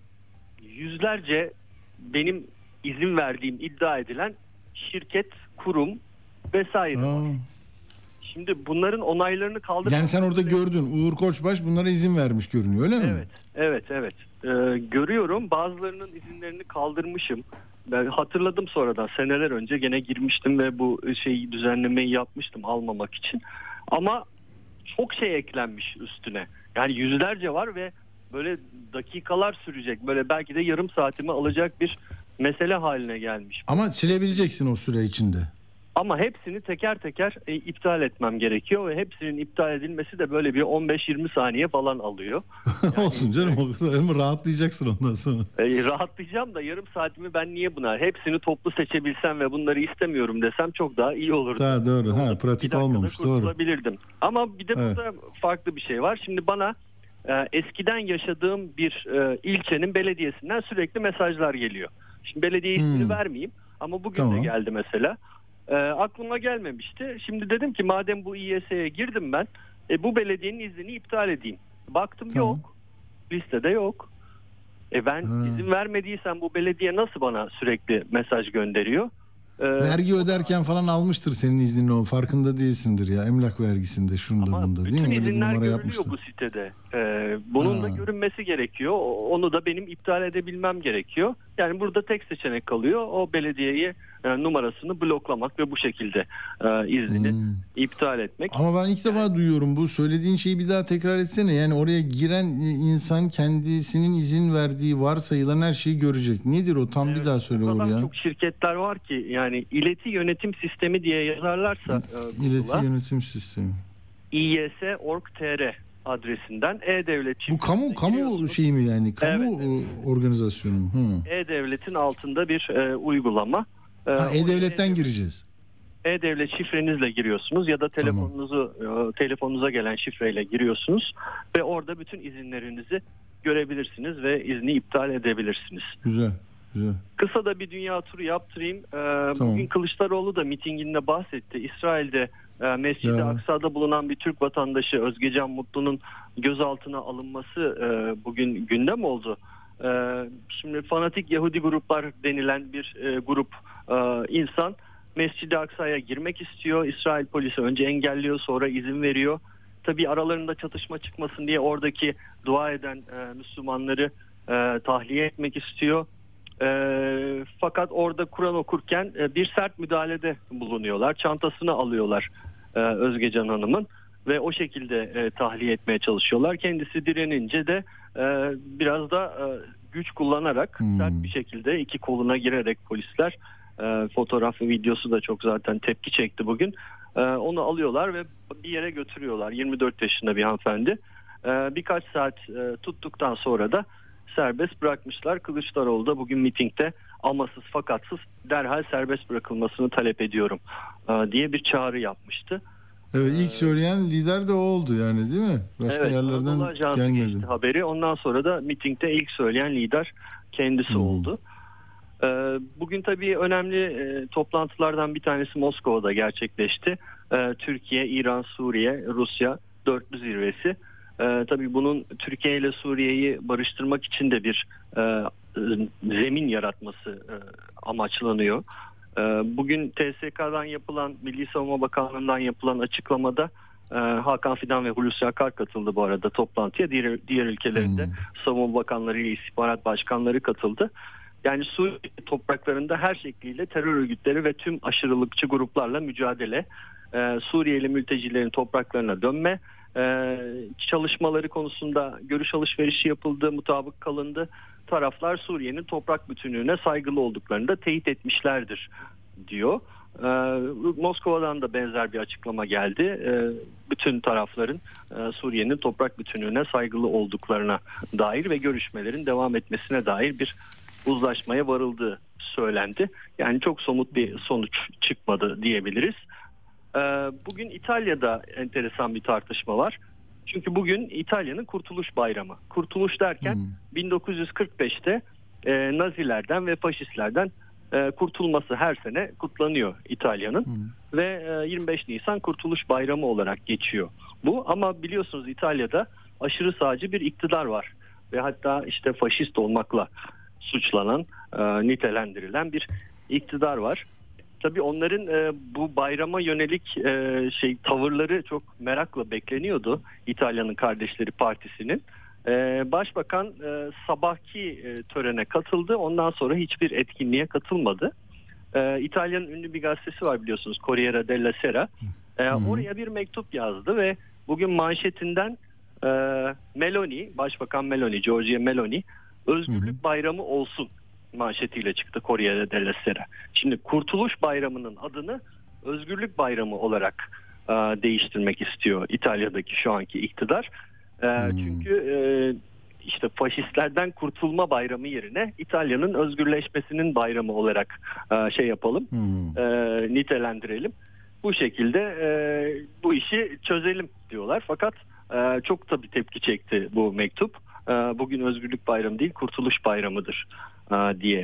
yüzlerce benim izin verdiğim iddia edilen şirket, kurum vesaire var. Şimdi bunların onaylarını kaldırmak... Yani sen orada gördün, Uğur Koçbaş bunlara izin vermiş görünüyor, öyle mi? Evet, evet, evet. Ee, görüyorum, bazılarının izinlerini kaldırmışım. Ben hatırladım sonradan, seneler önce gene girmiştim ve bu şeyi düzenlemeyi yapmıştım almamak için. Ama çok şey eklenmiş üstüne. Yani yüzlerce var ve böyle dakikalar sürecek, böyle belki de yarım saatimi alacak bir mesele haline gelmiş. Ama silebileceksin o süre içinde. Ama hepsini teker teker e, iptal etmem gerekiyor ve hepsinin iptal edilmesi de böyle bir on beş yirmi saniye falan alıyor. Yani, olsun canım, o kadar ama rahatlayacaksın ondan sonra. E, rahatlayacağım da yarım saatimi ben niye buna, hepsini toplu seçebilsem ve bunları istemiyorum desem çok daha iyi olurdu. Daha doğru, ha, pratik olmamış, doğru. Ama bir de burada evet. farklı bir şey var. Şimdi bana e, eskiden yaşadığım bir e, ilçenin belediyesinden sürekli mesajlar geliyor. Şimdi belediye ismini hmm. vermeyeyim ama bugün tamam. de geldi mesela. E, aklıma gelmemişti. Şimdi dedim ki madem bu İ Y S'ye girdim ben, e, bu belediyenin iznini iptal edeyim. Baktım tamam. yok. Listede yok. E ben ha. izin vermediysem bu belediye nasıl bana sürekli mesaj gönderiyor? Ee, Vergi öderken falan almıştır senin iznini, o farkında değilsindir ya, emlak vergisinde şunda bunda değil mi? Ama bütün izinler görülüyor bu sitede. Ee, bunun ha. da görünmesi gerekiyor. Onu da benim iptal edebilmem gerekiyor. Yani burada tek seçenek kalıyor. O belediyeyi e, numarasını bloklamak ve bu şekilde e, iznini hmm. iptal etmek. Ama ben ilk defa yani, duyuyorum bu söylediğin şeyi, bir daha tekrar etsene. Yani oraya giren insan kendisinin izin verdiği varsayılan her şeyi görecek. Nedir o? Tam evet, bir daha söyle oraya. O kadar çok şirketler var ki yani ileti yönetim sistemi diye yazarlarsa e, İleti yönetim sistemi. İ Y S nokta org nokta T R adresinden E-Devlet. Bu kamu kamu şeyi mi yani? Kamu evet, evet. organizasyonu mu? E-Devlet'in altında bir e, uygulama. E, ha, E-Devlet'ten E-Devlet, gireceğiz. E-Devlet şifrenizle giriyorsunuz ya da telefonunuzu tamam. e, telefonunuza gelen şifreyle giriyorsunuz ve orada bütün izinlerinizi görebilirsiniz ve izni iptal edebilirsiniz. Güzel. Güzel. Kısa da bir dünya turu yaptırayım. Ee, tamam. Bugün Kılıçdaroğlu da mitinginde bahsetti. İsrail'de e, Mescid-i Aksa'da bulunan bir Türk vatandaşı Özgecan Mutlu'nun gözaltına alınması e, bugün gündem oldu. E, şimdi fanatik Yahudi gruplar denilen bir e, grup e, insan Mescid-i Aksa'ya girmek istiyor. İsrail polisi önce engelliyor, sonra izin veriyor. Tabii aralarında çatışma çıkmasın diye oradaki dua eden e, Müslümanları e, tahliye etmek istiyor. E, fakat orada Kur'an okurken e, bir sert müdahalede bulunuyorlar. Çantasını alıyorlar e, Özgecan Hanım'ın ve o şekilde e, tahliye etmeye çalışıyorlar. Kendisi direnince de e, biraz da e, güç kullanarak hmm. sert bir şekilde iki koluna girerek polisler, e, fotoğraf ve videosu da çok zaten tepki çekti bugün. E, onu alıyorlar ve bir yere götürüyorlar. yirmi dört yaşında bir hanımefendi. E, birkaç saat e, tuttuktan sonra da serbest bırakmışlar. Kılıçdaroğlu da bugün mitingde amasız fakatsız derhal serbest bırakılmasını talep ediyorum e, diye bir çağrı yapmıştı. Evet, ilk söyleyen lider de o oldu yani, değil mi? Başka evet, yerlerden gelmedi. Haberi. Ondan sonra da mitingde ilk söyleyen lider kendisi hmm. oldu. Ee, bugün tabii önemli e, toplantılardan bir tanesi Moskova'da gerçekleşti. Ee, Türkiye, İran, Suriye, Rusya dörtlü zirvesi. Ee, tabii bunun Türkiye ile Suriye'yi barıştırmak için de bir e, zemin yaratması e, amaçlanıyor. Bugün T S K'dan yapılan, Milli Savunma Bakanlığı'ndan yapılan açıklamada e, Hakan Fidan ve Hulusi Akar katıldı bu arada toplantıya. Diğer, diğer ülkelerinde hmm. savunma bakanları ile istihbarat başkanları katıldı. Yani Suriye topraklarında her şekliyle terör örgütleri ve tüm aşırılıkçı gruplarla mücadele, e, Suriyeli mültecilerin topraklarına dönme e, çalışmaları konusunda görüş alışverişi yapıldı, mutabık kalındı. Taraflar Suriye'nin toprak bütünlüğüne saygılı olduklarını da teyit etmişlerdir diyor. Ee, Moskova'dan da benzer bir açıklama geldi. Ee, bütün tarafların e, Suriye'nin toprak bütünlüğüne saygılı olduklarına dair ve görüşmelerin devam etmesine dair bir uzlaşmaya varıldığı söylendi. Yani çok somut bir sonuç çıkmadı diyebiliriz. Ee, bugün İtalya'da enteresan bir tartışma var. Çünkü bugün İtalya'nın Kurtuluş Bayramı. Kurtuluş derken hmm. bin dokuz yüz kırk beşte e, Nazilerden ve faşistlerden e, kurtulması her sene kutlanıyor İtalya'nın. Hmm. Ve e, yirmi beş Nisan Kurtuluş Bayramı olarak geçiyor bu. Ama biliyorsunuz İtalya'da aşırı sağcı bir iktidar var. Ve hatta işte faşist olmakla suçlanan, e, nitelendirilen bir iktidar var. Tabii onların e, bu bayrama yönelik e, şey tavırları çok merakla bekleniyordu İtalya'nın Kardeşleri Partisi'nin. E, Başbakan e, sabahki e, törene katıldı. Ondan sonra hiçbir etkinliğe katılmadı. E, İtalya'nın ünlü bir gazetesi var biliyorsunuz, Corriere della Sera. E, oraya bir mektup yazdı ve bugün manşetinden e, Meloni, Başbakan Meloni, Giorgia Meloni, özgürlük bayramı olsun manşetiyle çıktı Corriere della Sera. Şimdi Kurtuluş Bayramı'nın adını Özgürlük Bayramı olarak e, değiştirmek istiyor İtalya'daki şu anki iktidar. E, hmm. Çünkü e, işte faşistlerden kurtulma bayramı yerine İtalya'nın özgürleşmesinin bayramı olarak e, şey yapalım, hmm. e, nitelendirelim. Bu şekilde e, bu işi çözelim diyorlar. Fakat e, çok tabii tepki çekti bu mektup. E, bugün Özgürlük Bayramı değil, Kurtuluş Bayramı'dır diye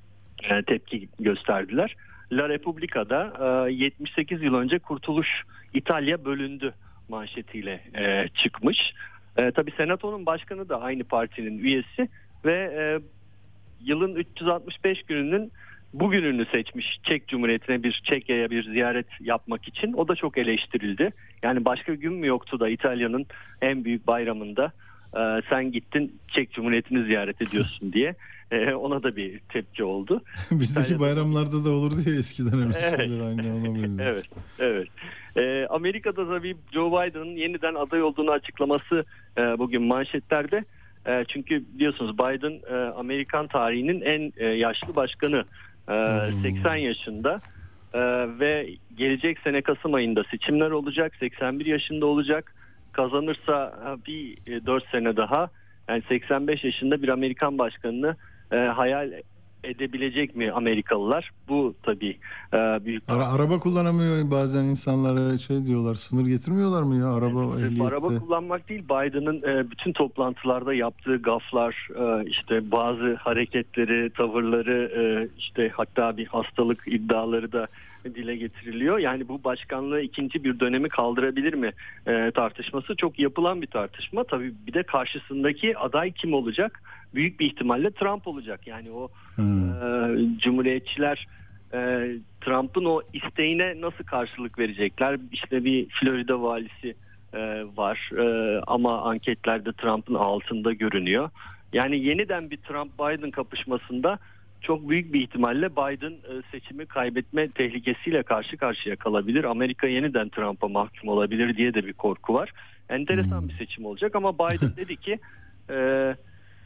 tepki gösterdiler. La Repubblica'da yetmiş sekiz yıl önce Kurtuluş İtalya bölündü manşetiyle çıkmış. Tabii Senato'nun başkanı da aynı partinin üyesi ve yılın üç yüz altmış beş gününün bugününü seçmiş Çek Cumhuriyeti'ne, bir Çekya'ya bir ziyaret yapmak için. O da çok eleştirildi. Yani başka gün mü yoktu da İtalya'nın en büyük bayramında sen gittin Çek Cumhuriyeti'ni ziyaret ediyorsun diye. Ee, ona da bir tepki oldu. Bizdeki İtalya'da... bayramlarda da olurdu ya eskiden öyle evet. şeyler, aynı ona benziyor. evet, evet. Ee, Amerika'da tabii Joe Biden'ın yeniden aday olduğunu açıklaması e, bugün manşetlerde. E, çünkü biliyorsunuz Biden e, Amerikan tarihinin en e, yaşlı başkanı. E, hmm. seksen yaşında e, ve gelecek sene Kasım ayında seçimler olacak. seksen bir yaşında olacak. Kazanırsa bir dört sene daha, yani seksen beş yaşında bir Amerikan başkanını e, hayal edebilecek mi Amerikalılar? Bu tabii e, büyük. Ara, araba kullanamıyor bazen insanlara, şey diyorlar, sınır getirmiyorlar mı ya araba evet, ehliyette? Araba kullanmak değil, Biden'ın e, bütün toplantılarda yaptığı gaflar, e, işte bazı hareketleri, tavırları, e, işte hatta bir hastalık iddiaları da dile getiriliyor. Yani bu başkanlığı ikinci bir dönemi kaldırabilir mi e, tartışması çok yapılan bir tartışma. Tabii bir de karşısındaki aday kim olacak? Büyük bir ihtimalle Trump olacak. Yani o hmm. e, Cumhuriyetçiler e, Trump'ın o isteğine nasıl karşılık verecekler? İşte bir Florida valisi e, var e, ama anketlerde Trump'ın altında görünüyor. Yani yeniden bir Trump-Biden kapışmasında çok büyük bir ihtimalle Biden e, seçimi kaybetme tehlikesiyle karşı karşıya kalabilir. Amerika yeniden Trump'a mahkum olabilir diye de bir korku var. Enteresan hmm. bir seçim olacak ama Biden dedi ki e,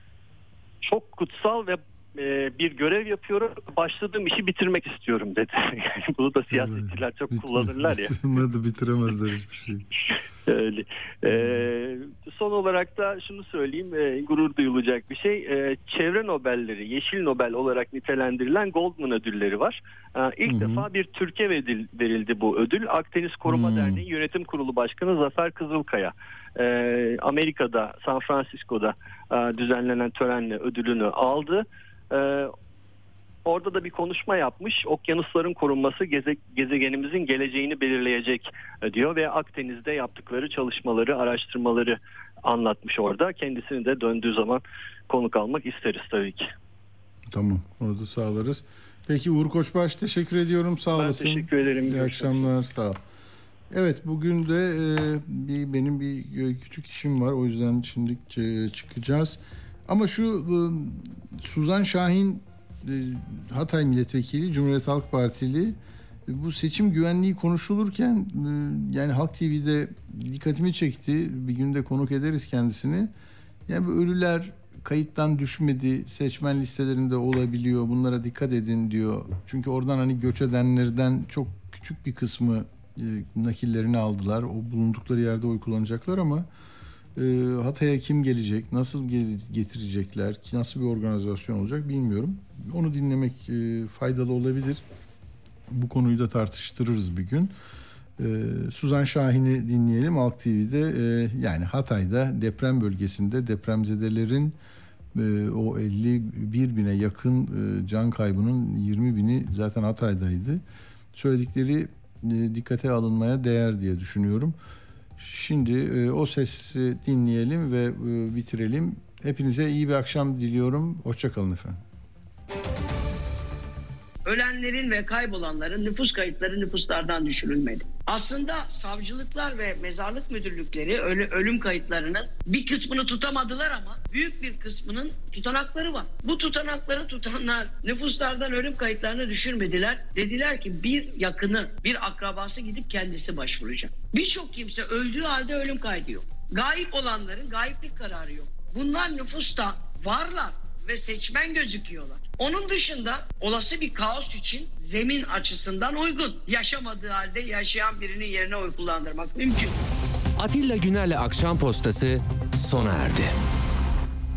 çok kutsal ve e, bir görev yapıyorum. Başladığım işi bitirmek istiyorum dedi. Yani bunu da siyasetçiler evet. çok Bit- kullanırlar ya. Bitirmedi, bitiremezler hiçbir şey. Öyle. Ee, son olarak da şunu söyleyeyim, e, gurur duyulacak bir şey. E, çevre Nobelleri, Yeşil Nobel olarak nitelendirilen Goldman ödülleri var. E, ilk Hı-hı. defa bir Türkiye verildi bu ödül. Akdeniz Koruma Hı-hı. Derneği Yönetim Kurulu Başkanı Zafer Kızılkaya. E, Amerika'da, San Francisco'da e, düzenlenen törenle ödülünü aldı. E, Orada da bir konuşma yapmış. Okyanusların korunması geze, gezegenimizin geleceğini belirleyecek diyor ve Akdeniz'de yaptıkları çalışmaları, araştırmaları anlatmış orada. Kendisini de döndüğü zaman konuk almak isteriz tabii ki. Tamam, onu da sağlarız. Peki Uğur Koçbaş, teşekkür ediyorum. Sağ olasın. Ben teşekkür ederim. İyi akşamlar, sağ ol. Evet, bugün de e, bir benim bir küçük işim var. O yüzden şimdi e, çıkacağız. Ama şu e, Suzan Şahin Hatay Milletvekili, Cumhuriyet Halk Partili, bu seçim güvenliği konuşulurken yani Halk T V'de dikkatimi çekti. Bir günde konuk ederiz kendisini. Yani bu ölüler kayıttan düşmedi, seçmen listelerinde olabiliyor. Bunlara dikkat edin diyor. Çünkü oradan hani göç edenlerden çok küçük bir kısmı nakillerini aldılar. O bulundukları yerde oy kullanacaklar ama Hatay'a kim gelecek, nasıl getirecekler, nasıl bir organizasyon olacak bilmiyorum. Onu dinlemek faydalı olabilir. Bu konuyu da tartıştırırız bir gün. Suzan Şahin'i dinleyelim Halk T V'de. Yani Hatay'da deprem bölgesinde depremzedelerin o elli bir bine yakın can kaybının yirmi bini zaten Hatay'daydı. Söyledikleri dikkate alınmaya değer diye düşünüyorum. Şimdi e, o sesi dinleyelim ve e, bitirelim. Hepinize iyi bir akşam diliyorum. Hoşça kalın efendim. Ölenlerin ve kaybolanların nüfus kayıtları nüfuslardan düşürülmedi. Aslında savcılıklar ve mezarlık müdürlükleri ölü, ölüm kayıtlarının bir kısmını tutamadılar ama büyük bir kısmının tutanakları var. Bu tutanakları tutanlar nüfuslardan ölüm kayıtlarını düşürmediler. Dediler ki bir yakını, bir akrabası gidip kendisi başvuracak. Birçok kimse öldüğü halde ölüm kaydı yok. Gayip olanların gayiplik kararı yok. Bunlar nüfusta varlar ve seçmen gözüküyorlar. Onun dışında olası bir kaos için zemin açısından uygun. Yaşamadığı halde yaşayan birinin yerine oy kullandırmak mümkün. Atilla Güner'le Akşam Postası sona erdi.